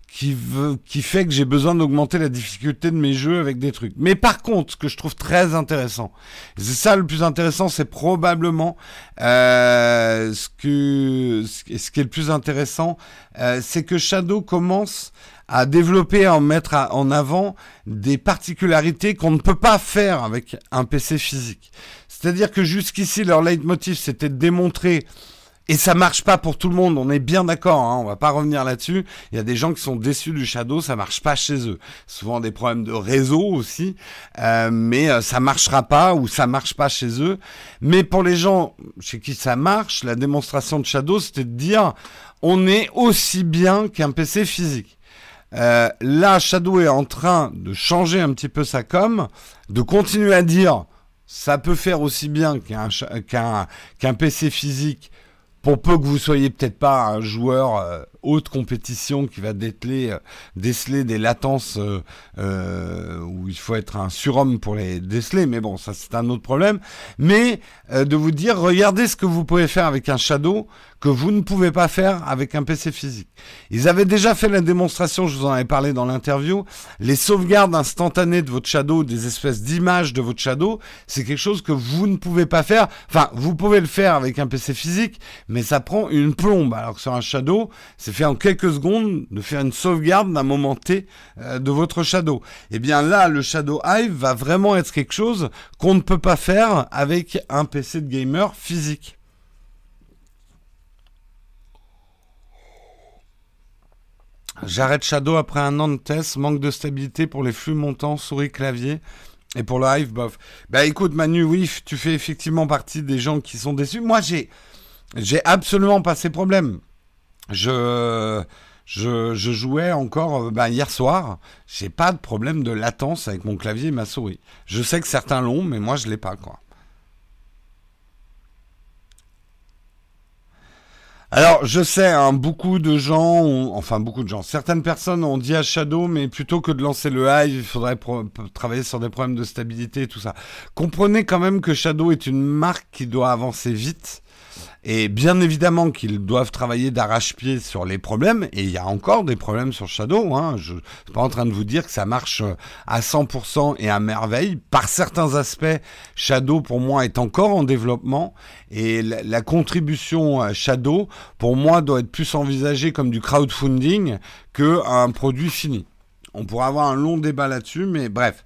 qui fait que j'ai besoin d'augmenter la difficulté de mes jeux avec des trucs. Mais par contre, ce que je trouve très intéressant, et c'est ça le plus intéressant, c'est probablement ce qui est le plus intéressant, c'est que Shadow commence à développer, à en mettre en avant des particularités qu'on ne peut pas faire avec un PC physique. C'est-à-dire que jusqu'ici, leur leitmotiv, c'était de démontrer. Et ça marche pas pour tout le monde, on est bien d'accord, hein, on va pas revenir là-dessus. Il y a des gens qui sont déçus du Shadow, ça marche pas chez eux. Souvent des problèmes de réseau aussi, mais ça marchera pas ou ça marche pas chez eux. Mais pour les gens chez qui ça marche, la démonstration de Shadow, c'était de dire on est aussi bien qu'un PC physique. Là, Shadow est en train de changer un petit peu sa com, de continuer à dire ça peut faire aussi bien qu'un PC physique. Pour peu que vous soyez peut-être pas un joueur haute compétition qui va déceler des latences où il faut être un surhomme pour les déceler, mais bon, ça c'est un autre problème. Mais de vous dire, regardez ce que vous pouvez faire avec un Shadow que vous ne pouvez pas faire avec un PC physique. Ils avaient déjà fait la démonstration, je vous en avais parlé dans l'interview, les sauvegardes instantanées de votre Shadow, des espèces d'images de votre Shadow, c'est quelque chose que vous ne pouvez pas faire. Enfin, vous pouvez le faire avec un PC physique, mais ça prend une plombe. Alors que sur un Shadow, c'est fait en quelques secondes de faire une sauvegarde d'un moment T de votre Shadow. Et bien là, le Shadow Hive va vraiment être quelque chose qu'on ne peut pas faire avec un PC de gamer physique. J'arrête Shadow après un an de test, manque de stabilité pour les flux montants, souris clavier, et pour le Hive, bof. Bah écoute Manu, oui, tu fais effectivement partie des gens qui sont déçus. Moi, j'ai absolument pas ces problèmes. Je jouais encore hier soir, j'ai pas de problème de latence avec mon clavier et ma souris. Je sais que certains l'ont, mais moi je l'ai pas, quoi. Alors, je sais, hein, beaucoup de gens, certaines personnes ont dit à Shadow, mais plutôt que de lancer le Hive, il faudrait travailler sur des problèmes de stabilité et tout ça. Comprenez quand même que Shadow est une marque qui doit avancer vite. Et bien évidemment qu'ils doivent travailler d'arrache-pied sur les problèmes, et il y a encore des problèmes sur Shadow, hein. Je ne suis pas en train de vous dire que ça marche à 100% et à merveille. Par certains aspects, Shadow pour moi est encore en développement, et la contribution Shadow pour moi doit être plus envisagée comme du crowdfunding qu'un produit fini. On pourra avoir un long débat là-dessus, mais bref.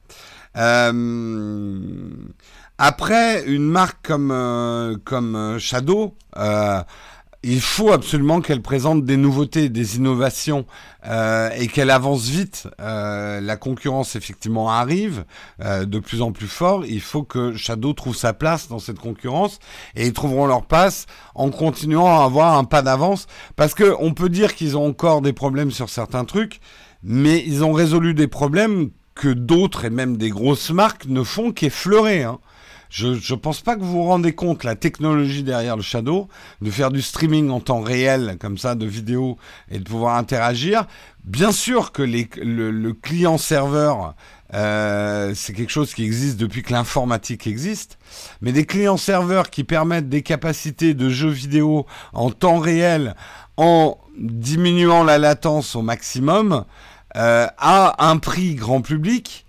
Après, une marque comme Shadow, il faut absolument qu'elle présente des nouveautés, des innovations et qu'elle avance vite. La concurrence, effectivement, arrive de plus en plus fort. Il faut que Shadow trouve sa place dans cette concurrence et ils trouveront leur place en continuant à avoir un pas d'avance. Parce qu'on peut dire qu'ils ont encore des problèmes sur certains trucs, mais ils ont résolu des problèmes que d'autres et même des grosses marques ne font qu'effleurer, hein. Je pense pas que vous vous rendez compte la technologie derrière le Shadow, de faire du streaming en temps réel, comme ça, de vidéos, et de pouvoir interagir. Bien sûr que le client-serveur, c'est quelque chose qui existe depuis que l'informatique existe, mais des clients-serveurs qui permettent des capacités de jeux vidéo en temps réel, en diminuant la latence au maximum, à un prix grand public,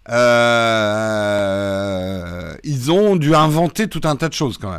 ils ont dû inventer tout un tas de choses quand même.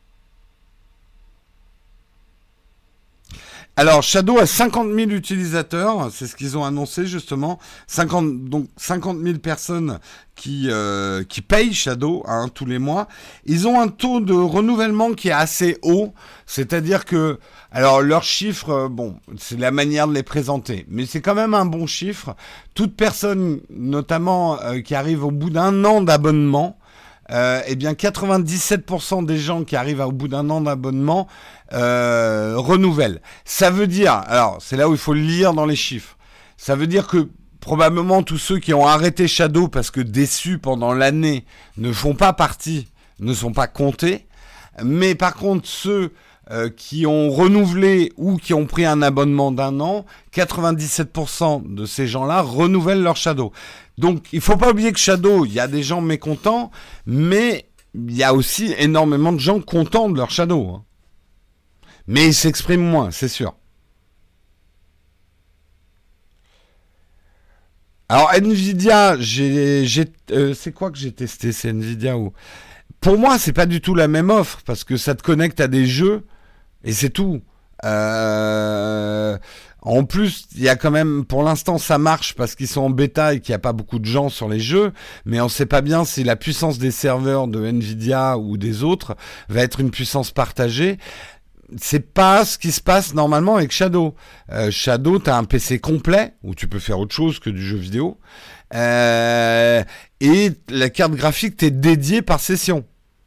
Alors, Shadow a 50 000 utilisateurs, c'est ce qu'ils ont annoncé justement, 50 000 personnes qui payent Shadow tous les mois. Ils ont un taux de renouvellement qui est assez haut, c'est-à-dire que, alors leurs chiffres, c'est la manière de les présenter, mais c'est quand même un bon chiffre. Toute personne, notamment qui arrive au bout d'un an d'abonnement, eh bien 97% des gens qui arrivent au bout d'un an d'abonnement renouvellent. Ça veut dire, alors c'est là où il faut le lire dans les chiffres, ça veut dire que probablement tous ceux qui ont arrêté Shadow parce que déçus pendant l'année ne font pas partie, ne sont pas comptés, mais par contre ceux qui ont renouvelé ou qui ont pris un abonnement d'un an, 97% de ces gens-là renouvellent leur Shadow. Donc, il faut pas oublier que Shadow, il y a des gens mécontents, mais il y a aussi énormément de gens contents de leur Shadow, hein. Mais ils s'expriment moins, c'est sûr. Alors Nvidia, c'est quoi que j'ai testé? C'est Nvidia ou pour moi, c'est pas du tout la même offre parce que ça te connecte à des jeux et c'est tout. Euh, En plus, il y a quand même, pour l'instant, ça marche parce qu'ils sont en bêta et qu'il n'y a pas beaucoup de gens sur les jeux, mais on ne sait pas bien si la puissance des serveurs de Nvidia ou des autres va être une puissance partagée. C'est pas ce qui se passe normalement avec Shadow. Shadow, tu as un PC complet où tu peux faire autre chose que du jeu vidéo. Euh, et la carte graphique t'est dédiée par session.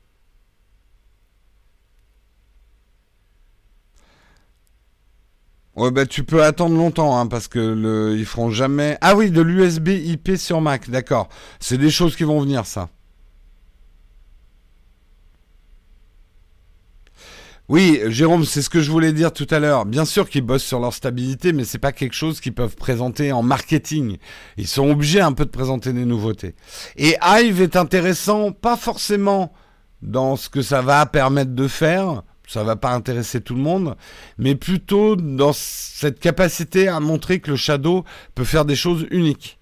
Ouais, bah tu peux attendre longtemps hein, parce que ils feront jamais. Ah oui, de l'USB IP sur Mac, d'accord. C'est des choses qui vont venir, ça. Oui, Jérôme, c'est ce que je voulais dire tout à l'heure. Bien sûr qu'ils bossent sur leur stabilité, mais c'est pas quelque chose qu'ils peuvent présenter en marketing. Ils sont obligés un peu de présenter des nouveautés. Et Hive est intéressant, pas forcément dans ce que ça va permettre de faire, ça va pas intéresser tout le monde, mais plutôt dans cette capacité à montrer que le Shadow peut faire des choses uniques.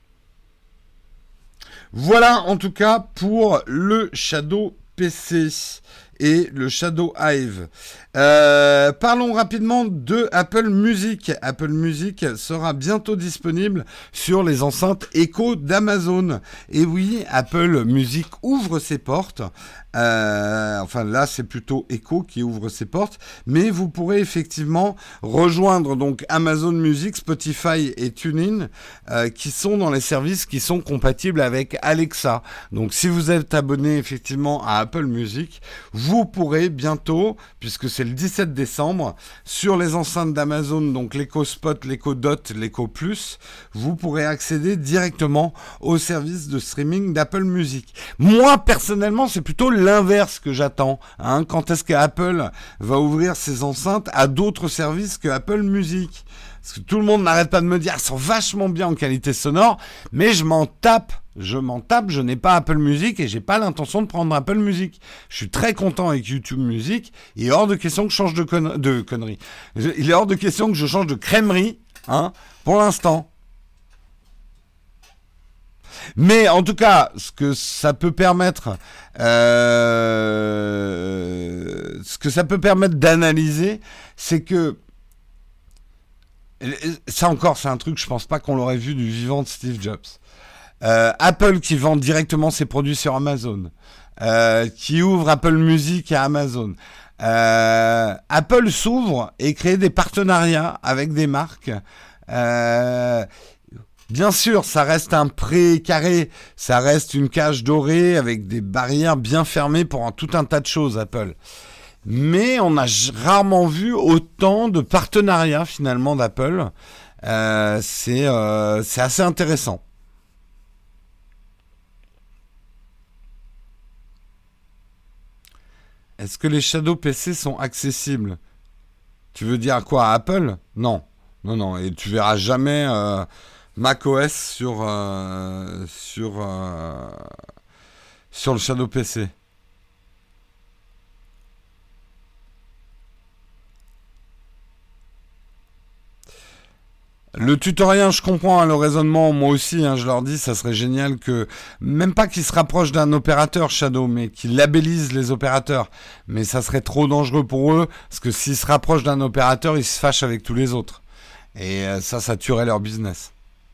Voilà en tout cas pour le Shadow PC et le Shadow Hive. Parlons rapidement de Apple Music. Apple Music sera bientôt disponible sur les enceintes Echo d'Amazon. Et oui, Apple Music ouvre ses portes. Enfin là, c'est plutôt Echo qui ouvre ses portes, mais vous pourrez effectivement rejoindre donc Amazon Music, Spotify et TuneIn, qui sont dans les services qui sont compatibles avec Alexa. Donc si vous êtes abonné effectivement à Apple Music, vous pourrez bientôt, puisque c'est le 17 décembre, sur les enceintes d'Amazon, donc l'Echo Spot, l'Echo Dot, l'Echo Plus, vous pourrez accéder directement au service de streaming d'Apple Music. Moi, personnellement, c'est plutôt l'inverse que j'attends. Hein. Quand est-ce qu'Apple va ouvrir ses enceintes à d'autres services que Apple Music? Parce que tout le monde n'arrête pas de me dire, elles sont vachement bien en qualité sonore, mais je m'en tape. Je n'ai pas Apple Music et j'ai pas l'intention de prendre Apple Music. Je suis très content avec YouTube Music. Il est hors de question que je change de conneries. Il est hors de question que je change de crèmerie, hein, pour l'instant. Mais en tout cas, ce que ça peut permettre, d'analyser, c'est que ça encore, c'est un truc, je pense pas qu'on l'aurait vu du vivant de Steve Jobs. Apple qui vend directement ses produits sur Amazon, qui ouvre Apple Music à Amazon. Apple s'ouvre et crée des partenariats avec des marques. Bien sûr, ça reste un pré carré, ça reste une cage dorée avec des barrières bien fermées pour tout un tas de choses, Apple. Mais on a rarement vu autant de partenariats finalement d'Apple. C'est assez intéressant. Est-ce que les Shadow PC sont accessibles? Tu veux dire quoi à Apple? Non. Non, non. Et tu verras jamais macOS sur le Shadow PC. Le tutoriel, je comprends hein, le raisonnement, moi aussi, hein, je leur dis, ça serait génial que, même pas qu'ils se rapprochent d'un opérateur Shadow, mais qu'ils labellisent les opérateurs. Mais ça serait trop dangereux pour eux, parce que s'ils se rapprochent d'un opérateur, ils se fâchent avec tous les autres. Et ça tuerait leur business.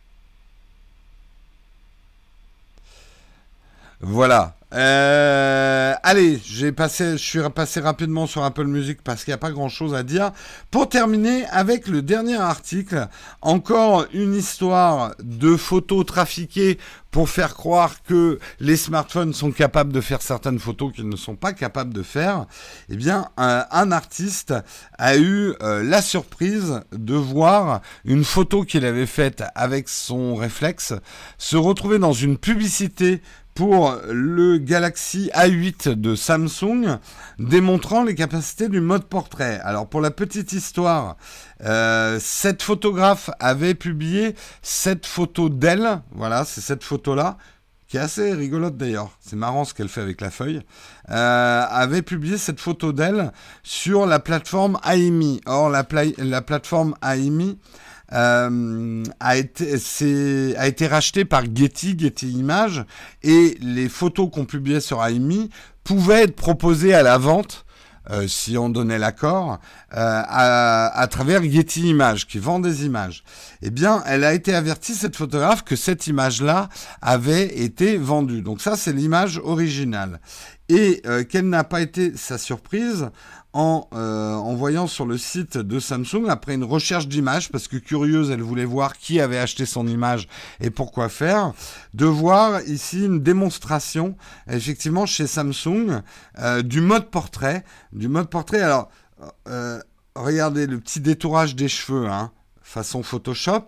Voilà. Allez, je suis passé rapidement sur Apple Music parce qu'il n'y a pas grand-chose à dire. Pour terminer avec le dernier article, encore une histoire de photos trafiquées pour faire croire que les smartphones sont capables de faire certaines photos qu'ils ne sont pas capables de faire. Eh bien, un artiste a eu la surprise de voir une photo qu'il avait faite avec son réflexe se retrouver dans une publicité pour le Galaxy A8 de Samsung, démontrant les capacités du mode portrait. Alors pour la petite histoire, cette photographe avait publié cette photo d'elle, voilà, c'est cette photo-là, qui est assez rigolote d'ailleurs, c'est marrant ce qu'elle fait avec la feuille, avait publié cette photo d'elle sur la plateforme AIMI. Or la plateforme AIMI a été racheté par Getty Images, et les photos qu'on publiait sur AMI pouvaient être proposées à la vente, si on donnait l'accord, à travers Getty Images, qui vend des images. Eh bien, elle a été avertie, cette photographe, que cette image-là avait été vendue. Donc ça, c'est l'image originale. Et quelle n'a pas été sa surprise en voyant sur le site de Samsung, après une recherche d'images, parce que curieuse, elle voulait voir qui avait acheté son image et pourquoi faire, de voir ici une démonstration, effectivement, chez Samsung, du mode portrait. Alors, regardez le petit détourage des cheveux, hein, façon Photoshop,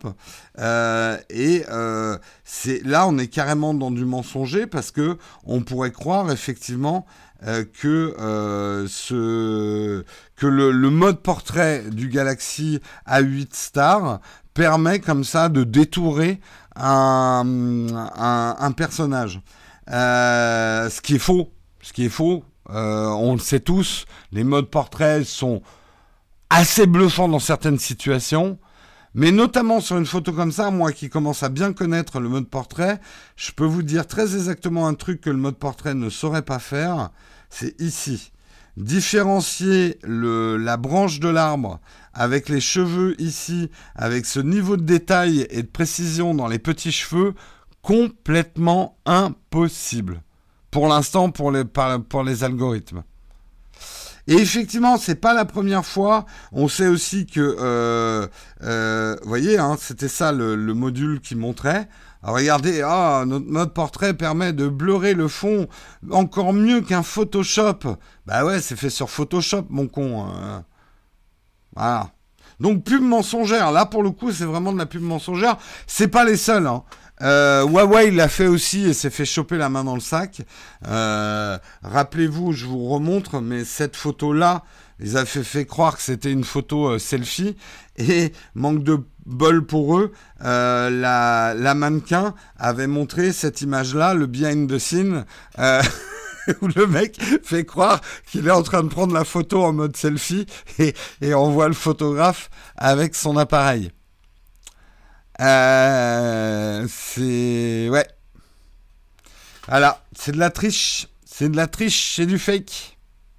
c'est là on est carrément dans du mensonger, parce que on pourrait croire effectivement que le mode portrait du Galaxy A8 Star permet comme ça de détourer un personnage. Ce qui est faux. On le sait tous, les modes portrait sont assez bluffants dans certaines situations. Mais notamment sur une photo comme ça, moi qui commence à bien connaître le mode portrait, je peux vous dire très exactement un truc que le mode portrait ne saurait pas faire. C'est ici. Différencier la branche de l'arbre avec les cheveux ici, avec ce niveau de détail et de précision dans les petits cheveux, complètement impossible. Pour l'instant, pour les algorithmes. Et effectivement, c'est pas la première fois. On sait aussi que, vous voyez, hein, c'était ça le module qui montrait. Alors regardez, notre mode portrait permet de blurrer le fond encore mieux qu'un Photoshop. Bah ouais, c'est fait sur Photoshop, mon con. Voilà. Donc pub mensongère. Là, pour le coup, c'est vraiment de la pub mensongère. C'est pas les seuls, hein. Huawei l'a fait aussi et s'est fait choper la main dans le sac. Rappelez-vous, je vous remontre, mais cette photo-là, ils avaient fait croire que c'était une photo selfie, et manque de bol pour eux, la mannequin avait montré cette image-là, le behind the scene, où le mec fait croire qu'il est en train de prendre la photo en mode selfie, et on voit le photographe avec son appareil. Ouais. Voilà, c'est de la triche. C'est du fake.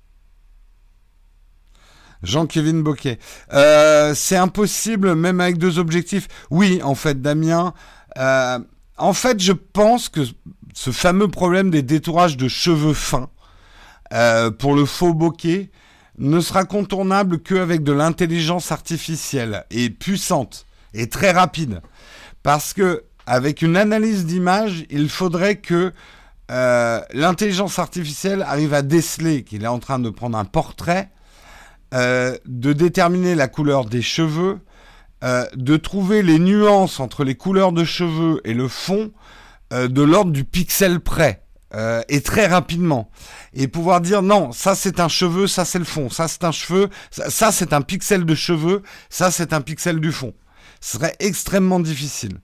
Jean-Kévin Bocquet. C'est impossible, même avec 2 objectifs. Oui, en fait, Damien. En fait, je pense que ce fameux problème des détourages de cheveux fins pour le faux bokeh ne sera contournable qu'avec de l'intelligence artificielle et puissante et très rapide. Parce que avec une analyse d'image, il faudrait que l'intelligence artificielle arrive à déceler qu'il est en train de prendre un portrait, de déterminer la couleur des cheveux, de trouver les nuances entre les couleurs de cheveux et le fond de l'ordre du pixel près, et très rapidement. Et pouvoir dire non, ça c'est un cheveu, ça c'est le fond, ça c'est un cheveu, ça c'est un pixel de cheveux, ça c'est un pixel du fond. Ce serait extrêmement difficile.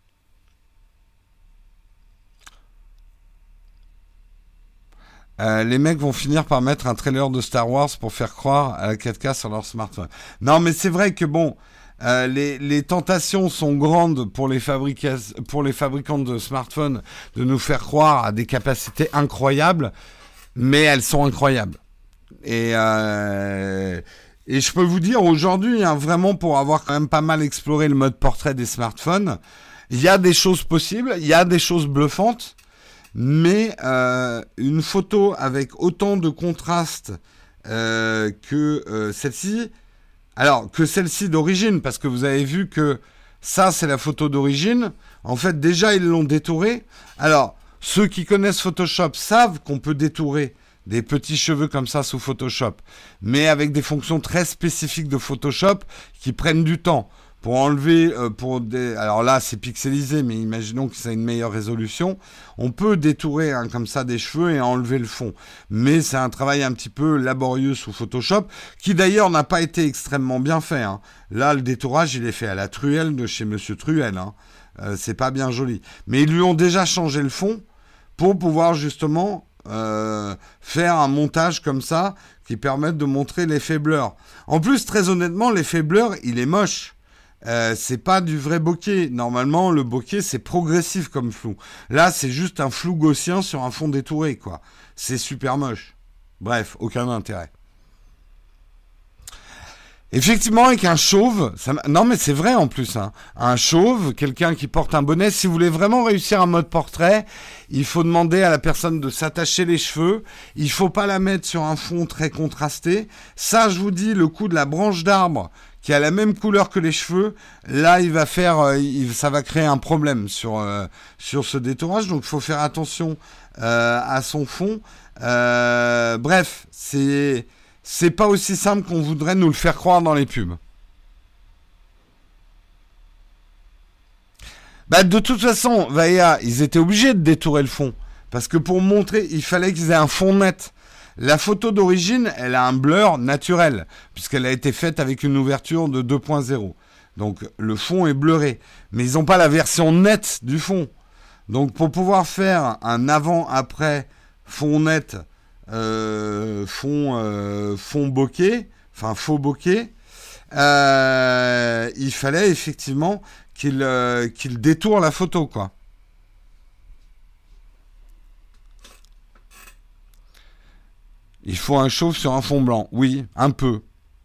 Les mecs vont finir par mettre un trailer de Star Wars pour faire croire à la 4K sur leur smartphone. Non, mais c'est vrai que bon, les tentations sont grandes pour les fabricants de smartphones de nous faire croire à des capacités incroyables, mais elles sont incroyables. Et je peux vous dire aujourd'hui, hein, vraiment pour avoir quand même pas mal exploré le mode portrait des smartphones, il y a des choses possibles, il y a des choses bluffantes, mais une photo avec autant de contraste que celle-ci, alors que celle-ci d'origine, parce que vous avez vu que ça c'est la photo d'origine, en fait déjà ils l'ont détourée. Alors ceux qui connaissent Photoshop savent qu'on peut détourer des petits cheveux comme ça sous Photoshop, mais avec des fonctions très spécifiques de Photoshop qui prennent du temps. Pour enlever, alors là c'est pixelisé, mais imaginons que ça a une meilleure résolution, on peut détourer comme ça des cheveux et enlever le fond. Mais c'est un travail un petit peu laborieux sous Photoshop, qui d'ailleurs n'a pas été extrêmement bien fait, hein. Là le détourage il est fait à la truelle de chez Monsieur Truel, hein. C'est pas bien joli. Mais ils lui ont déjà changé le fond pour pouvoir justement faire un montage comme ça qui permette de montrer l'effet blur. En plus, très honnêtement, l'effet blur il est moche. C'est pas du vrai bokeh. Normalement, le bokeh, c'est progressif comme flou. Là, c'est juste un flou gaussien sur un fond détouré, quoi. C'est super moche. Bref, aucun intérêt. Effectivement, avec un chauve, non mais c'est vrai en plus, hein. Un chauve, quelqu'un qui porte un bonnet, si vous voulez vraiment réussir un mode portrait, il faut demander à la personne de s'attacher les cheveux, il faut pas la mettre sur un fond très contrasté. Ça, je vous dis, le coup de la branche d'arbre qui a la même couleur que les cheveux, là, il va faire, ça va créer un problème sur ce détourage, donc il faut faire attention à son fond. Bref, c'est pas aussi simple qu'on voudrait nous le faire croire dans les pubs. Bah, de toute façon, Vaïa, ils étaient obligés de détourer le fond. Parce que pour montrer, il fallait qu'ils aient un fond net. La photo d'origine, elle a un blur naturel, puisqu'elle a été faite avec une ouverture de 2.0. Donc le fond est bluré. Mais ils n'ont pas la version nette du fond. Donc pour pouvoir faire un avant-après fond net, fond bokeh, enfin faux bokeh, il fallait effectivement qu'il détourne la photo, quoi. Il faut un chauve sur un fond blanc, oui, un peu.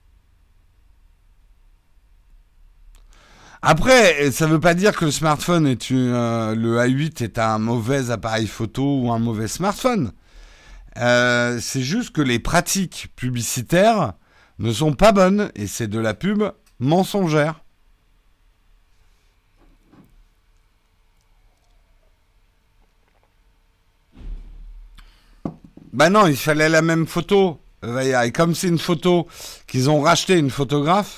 Après, ça ne veut pas dire que le smartphone le A8 est un mauvais appareil photo ou un mauvais smartphone. C'est juste que les pratiques publicitaires ne sont pas bonnes et c'est de la pub mensongère. Bah non, il fallait la même photo. Et comme c'est une photo qu'ils ont racheté une photographe.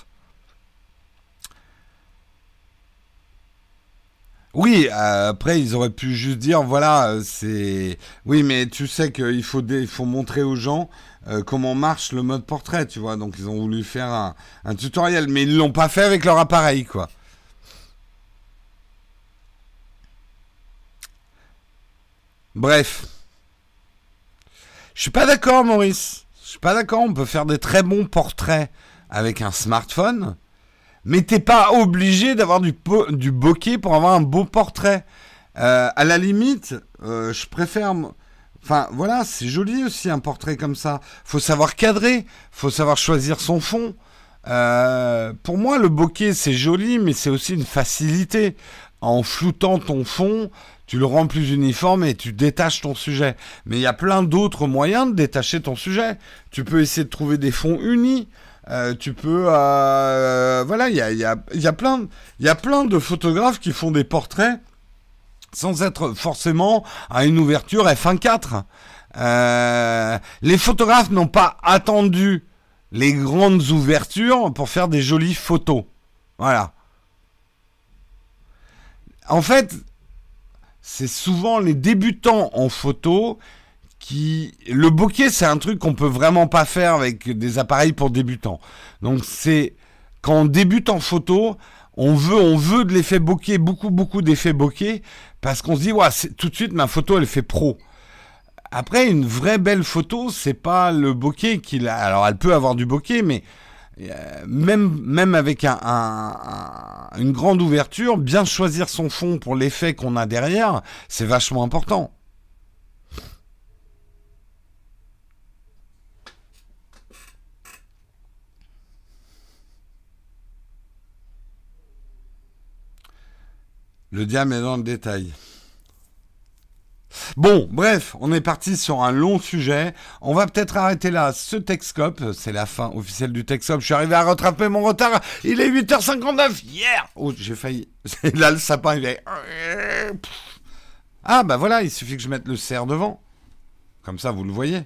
Oui, après ils auraient pu juste dire voilà, c'est oui, mais tu sais il faut montrer aux gens comment marche le mode portrait, tu vois. Donc ils ont voulu faire un tutoriel, mais ils l'ont pas fait avec leur appareil, quoi. Bref, je suis pas d'accord, Maurice. Je suis pas d'accord. On peut faire des très bons portraits avec un smartphone, mais t'es pas obligé d'avoir du bokeh pour avoir un beau portrait. À la limite, je préfère. Enfin, voilà, c'est joli aussi un portrait comme ça. Faut savoir cadrer, faut savoir choisir son fond. Pour moi, le bokeh, c'est joli, mais c'est aussi une facilité. En floutant ton fond, tu le rends plus uniforme et tu détaches ton sujet. Mais il y a plein d'autres moyens de détacher ton sujet. Tu peux essayer de trouver des fonds unis. Tu peux, voilà, il y a plein de photographes qui font des portraits sans être forcément à une ouverture f1.4. Les photographes n'ont pas attendu les grandes ouvertures pour faire des jolies photos. Voilà. En fait, c'est souvent les débutants en photo le bokeh, c'est un truc qu'on peut vraiment pas faire avec des appareils pour débutants. Donc c'est quand on débute en photo, on veut de l'effet bokeh, beaucoup d'effets bokeh, parce qu'on se dit ouais, tout de suite ma photo elle fait pro. Après, une vraie belle photo, c'est pas le bokeh qu'il a. Alors, elle peut avoir du bokeh, mais même avec une grande ouverture, bien choisir son fond pour l'effet qu'on a derrière, c'est vachement important. Le diable est dans le détail. Bon, bref, on est parti sur un long sujet. On va peut-être arrêter là ce Texcope. C'est la fin officielle du Texcope. Je suis arrivé à rattraper mon retard. Il est 8h59. Yeah. Oh, j'ai failli. Là, le sapin, il est... Ah, bah voilà, il suffit que je mette le cerf devant. Comme ça, vous le voyez.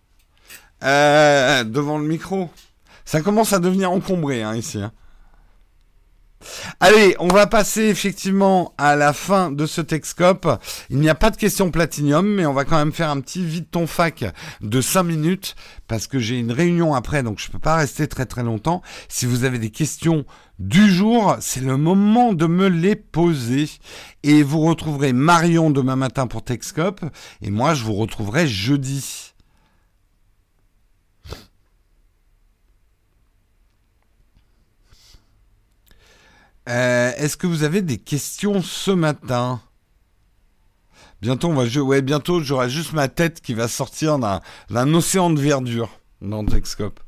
Devant le micro. Ça commence à devenir encombré, hein, ici. Hein. Allez, on va passer effectivement à la fin de ce Texcope. Il n'y a pas de question platinium, mais on va quand même faire un petit vide ton fac de 5 minutes parce que j'ai une réunion après, donc je peux pas rester très très longtemps. Si vous avez des questions du jour, c'est le moment de me les poser. Et vous retrouverez Marion demain matin pour Texcope et moi je vous retrouverai jeudi. Est-ce que vous avez des questions ce matin? Bientôt, on va jouer. Ouais, bientôt, j'aurai juste ma tête qui va sortir d'un océan de verdure dans Texcope.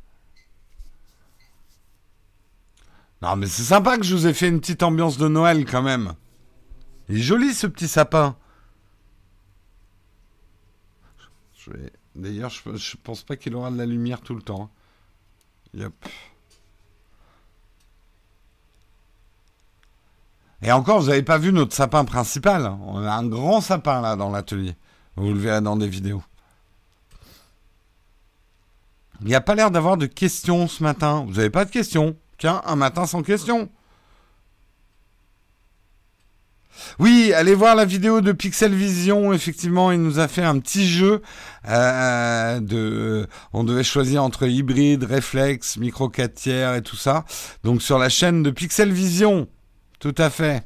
Non, mais c'est sympa que je vous ai fait une petite ambiance de Noël quand même. Il est joli ce petit sapin. D'ailleurs, je pense pas qu'il aura de la lumière tout le temps. Yep. Et encore, vous n'avez pas vu notre sapin principal. On a un grand sapin là dans l'atelier. Vous le verrez dans des vidéos. Il n'y a pas l'air d'avoir de questions ce matin. Vous n'avez pas de questions? Tiens, un matin sans questions. Oui, allez voir la vidéo de Pixel Vision. Effectivement, il nous a fait un petit jeu. On devait choisir entre hybride, réflexe, micro 4 tiers et tout ça. Donc sur la chaîne de Pixel Vision. Tout à fait.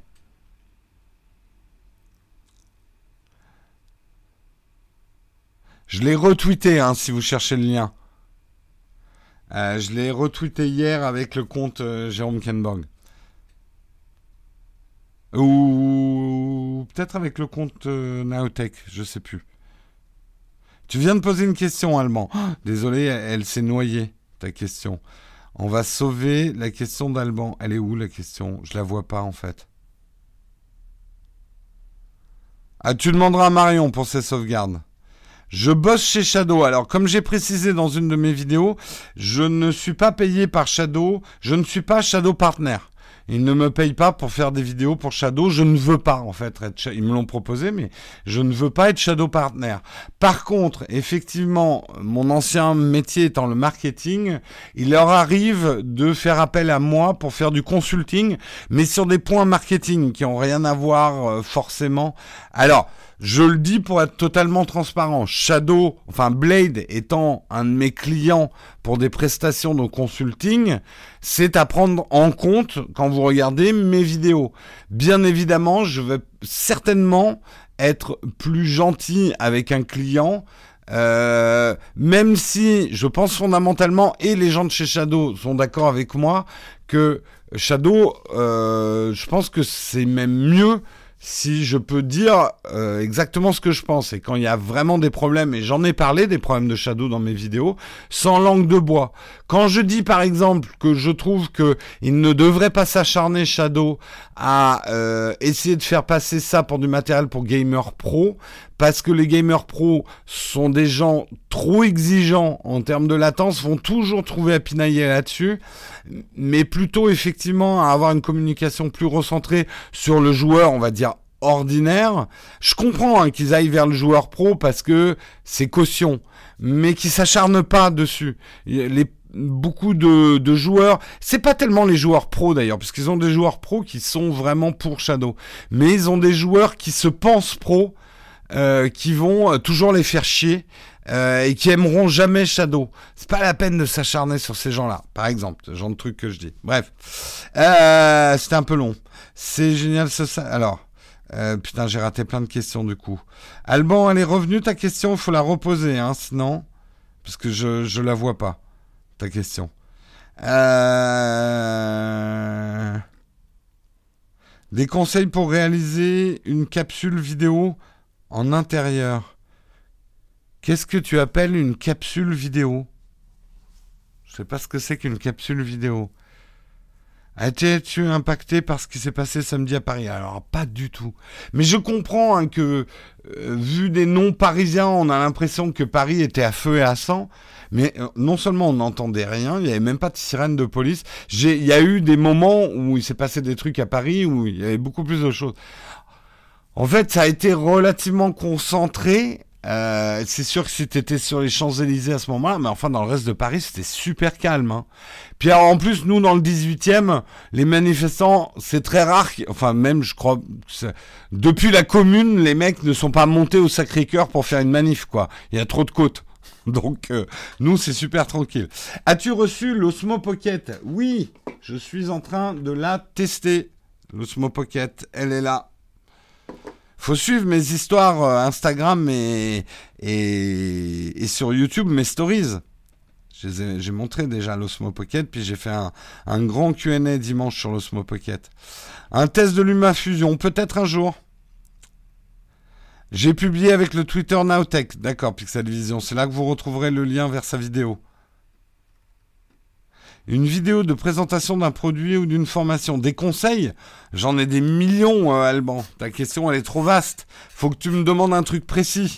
Je l'ai retweeté, hein, si vous cherchez le lien. Je l'ai retweeté hier avec le compte Jérôme Kenborg. Ou peut-être avec le compte Naotech, je sais plus. Tu viens de poser une question, Allemand. Oh, désolé, elle s'est noyée, ta question. On va sauver la question d'Alban. Elle est où, la question? Je la vois pas, en fait. Ah, tu demanderas à Marion pour ses sauvegardes. Je bosse chez Shadow. Alors, comme j'ai précisé dans une de mes vidéos, je ne suis pas payé par Shadow. Je ne suis pas Shadow Partner. Ils ne me payent pas pour faire des vidéos pour Shadow. Je ne veux pas, en fait, être... Ils me l'ont proposé, mais je ne veux pas être Shadow Partner. Par contre, effectivement, mon ancien métier étant le marketing, il leur arrive de faire appel à moi pour faire du consulting, mais sur des points marketing qui n'ont rien à voir forcément. Alors, je le dis pour être totalement transparent. Shadow, enfin Blade étant un de mes clients pour des prestations de consulting, c'est à prendre en compte quand vous regardez mes vidéos. Bien évidemment, je vais certainement être plus gentil avec un client, même si je pense fondamentalement, et les gens de chez Shadow sont d'accord avec moi, que Shadow, je pense que c'est même mieux si je peux dire exactement ce que je pense. Et quand il y a vraiment des problèmes, et j'en ai parlé des problèmes de Shadow dans mes vidéos, sans langue de bois. Quand je dis par exemple que je trouve que il ne devrait pas s'acharner Shadow à essayer de faire passer ça pour du matériel pour gamers pro, parce que les gamers pro sont des gens trop exigeants en termes de latence, vont toujours trouver à pinailler là-dessus, mais plutôt effectivement à avoir une communication plus recentrée sur le joueur, on va dire ordinaire. Je comprends qu'ils aillent vers le joueur pro parce que c'est caution, mais qu'ils s'acharnent pas dessus. Beaucoup de joueurs, c'est pas tellement les joueurs pros d'ailleurs, parce qu'ils ont des joueurs pros qui sont vraiment pour Shadow, mais ils ont des joueurs qui se pensent pros, qui vont toujours les faire chier et qui aimeront jamais Shadow. C'est pas la peine de s'acharner sur ces gens-là, par exemple, ce genre de truc que je dis. Bref, c'était un peu long. C'est génial ça. Alors, putain, j'ai raté plein de questions du coup. Alban, elle est revenue ta question, il faut la reposer, hein, sinon, parce que je la vois pas, ta question. Des conseils pour réaliser une capsule vidéo en intérieur. Qu'est-ce que tu appelles une capsule vidéo? Je sais pas ce que c'est qu'une capsule vidéo. Es-tu impacté par ce qui s'est passé samedi à Paris? Alors, pas du tout. Mais je comprends hein, que, vu des noms parisiens, on a l'impression que Paris était à feu et à sang. Mais non seulement on n'entendait rien, il n'y avait même pas de sirène de police. Il y a eu des moments où il s'est passé des trucs à Paris, où il y avait beaucoup plus de choses. En fait, ça a été relativement concentré. C'est sûr que si t'étais sur les Champs-Élysées à ce moment-là, mais enfin dans le reste de Paris, c'était super calme. Hein. Puis alors, en plus, nous dans le 18e, les manifestants, c'est très rare. Enfin même, je crois, depuis la Commune, les mecs ne sont pas montés au Sacré-Cœur pour faire une manif, quoi. Il y a trop de côtes. Donc, nous, c'est super tranquille. As-tu reçu l'Osmo Pocket? Oui, je suis en train de la tester. L'Osmo Pocket, elle est là. Faut suivre mes histoires Instagram et sur YouTube, mes stories. J'ai montré déjà l'Osmo Pocket, puis j'ai fait un grand Q&A dimanche sur l'Osmo Pocket. Un test de LumaFusion, peut-être un jour. J'ai publié avec le Twitter Nowtech. D'accord, Pixel Vision. C'est là que vous retrouverez le lien vers sa vidéo. Une vidéo de présentation d'un produit ou d'une formation. Des conseils? J'en ai des millions, Alban. Ta question, elle est trop vaste. Faut que tu me demandes un truc précis.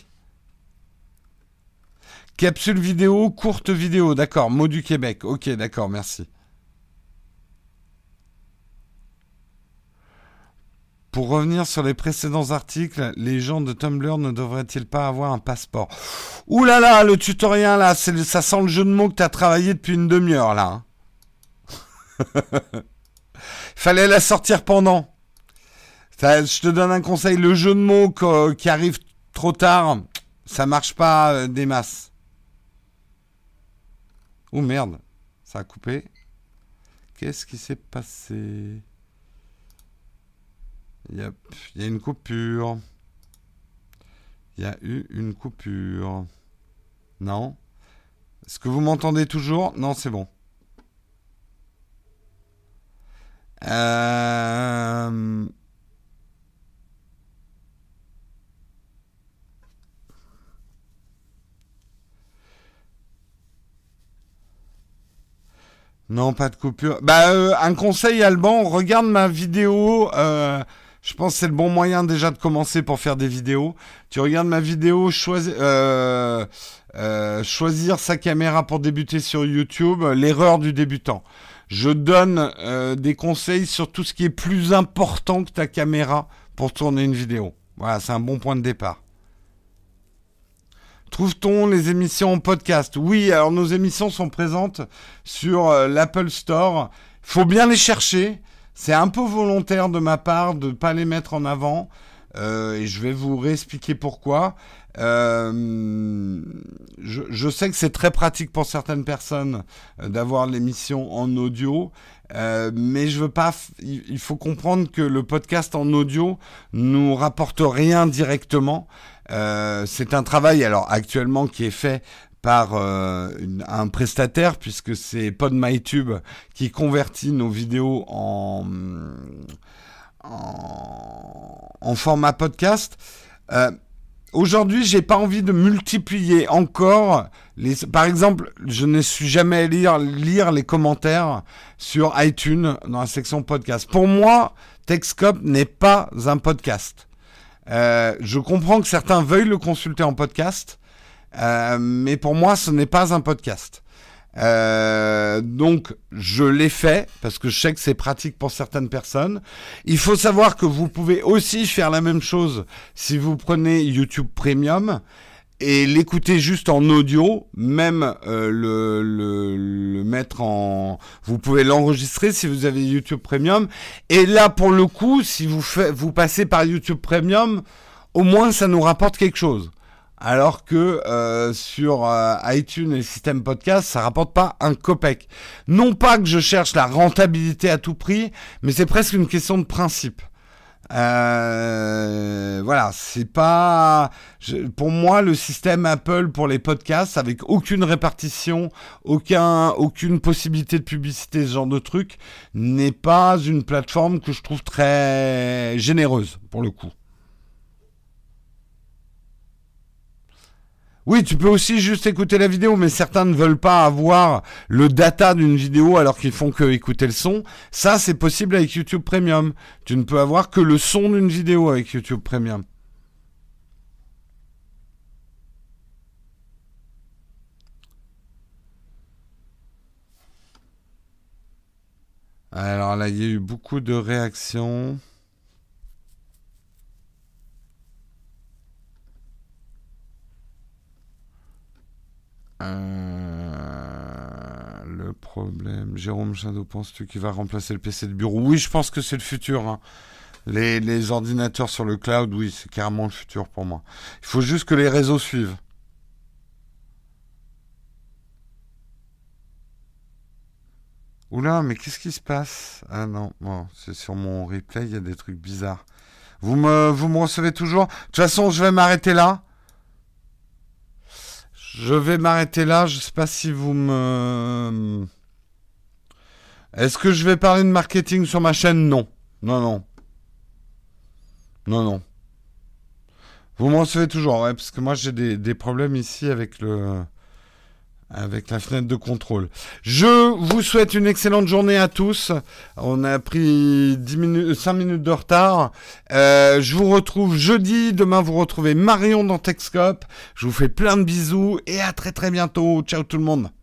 Capsule vidéo, courte vidéo. D'accord, mot du Québec. Ok, d'accord, merci. Pour revenir sur les précédents articles, les gens de Tumblr ne devraient-ils pas avoir un passeport? Ouh là là, le tutoriel là, ça sent le jeu de mots que tu as travaillé depuis une demi-heure là. Fallait la sortir pendant. Je te donne un conseil, le jeu de mots qui arrive trop tard, ça marche pas des masses. Oh merde, ça a coupé. Qu'est-ce qui s'est passé? Yep, il y a une coupure. Il y a eu une coupure. Non? Est-ce que vous m'entendez toujours? Non, c'est bon. Non, pas de coupure. Un conseil, Alban, regarde ma vidéo. Je pense que c'est le bon moyen déjà de commencer pour faire des vidéos. Tu regardes ma vidéo, choisir sa caméra pour débuter sur YouTube, l'erreur du débutant. Je donne des conseils sur tout ce qui est plus important que ta caméra pour tourner une vidéo. Voilà, c'est un bon point de départ. Trouve-t-on les émissions en podcast? Oui, alors nos émissions sont présentes sur l'Apple Store. Faut bien les chercher. C'est un peu volontaire de ma part de ne pas les mettre en avant. Et je vais vous réexpliquer pourquoi. Je sais que c'est très pratique pour certaines personnes d'avoir l'émission en audio. Mais je veux pas. Il faut comprendre que le podcast en audio nous rapporte rien directement. C'est un travail alors actuellement qui est fait par un prestataire puisque c'est PodMyTube qui convertit nos vidéos en format podcast. Aujourd'hui, j'ai pas envie de multiplier encore par exemple, je ne suis jamais allé lire les commentaires sur iTunes dans la section podcast. Pour moi, Techscope n'est pas un podcast. Je comprends que certains veuillent le consulter en podcast, mais pour moi, ce n'est pas un podcast. Donc, je l'ai fait parce que je sais que c'est pratique pour certaines personnes. Il faut savoir que vous pouvez aussi faire la même chose si vous prenez YouTube Premium et l'écouter juste en audio, même le mettre en... Vous pouvez l'enregistrer si vous avez YouTube Premium. Et là, pour le coup, si vous passez par YouTube Premium, au moins ça nous rapporte quelque chose. Alors que sur iTunes et le système podcast, ça rapporte pas un copec. Non pas que je cherche la rentabilité à tout prix, mais c'est presque une question de principe. Voilà, c'est pas... pour moi, le système Apple pour les podcasts, avec aucune répartition, aucune possibilité de publicité, ce genre de truc, n'est pas une plateforme que je trouve très généreuse, pour le coup. Oui, tu peux aussi juste écouter la vidéo, mais certains ne veulent pas avoir le data d'une vidéo alors qu'ils font que écouter le son. Ça, c'est possible avec YouTube Premium. Tu ne peux avoir que le son d'une vidéo avec YouTube Premium. Alors là, il y a eu beaucoup de réactions. Le problème... Jérôme Shadow, penses-tu qu'il va remplacer le PC de bureau? Oui, je pense que c'est le futur. Hein. Les ordinateurs sur le cloud, oui, c'est carrément le futur pour moi. Il faut juste que les réseaux suivent. Oula, mais qu'est-ce qui se passe? Ah non, bon, c'est sur mon replay, il y a des trucs bizarres. Vous me recevez toujours? De toute façon, je vais m'arrêter là. Je vais m'arrêter là. Je sais pas si vous me... Est-ce que je vais parler de marketing sur ma chaîne? Non. Non, non. Non, non. Vous m'en recevez toujours, ouais, parce que moi j'ai des problèmes ici avec la fenêtre de contrôle. Je vous souhaite une excellente journée à tous. On a pris 5 minutes de retard. Je vous retrouve jeudi. Demain, vous retrouvez Marion dans Techscope. Je vous fais plein de bisous et à très très bientôt. Ciao tout le monde.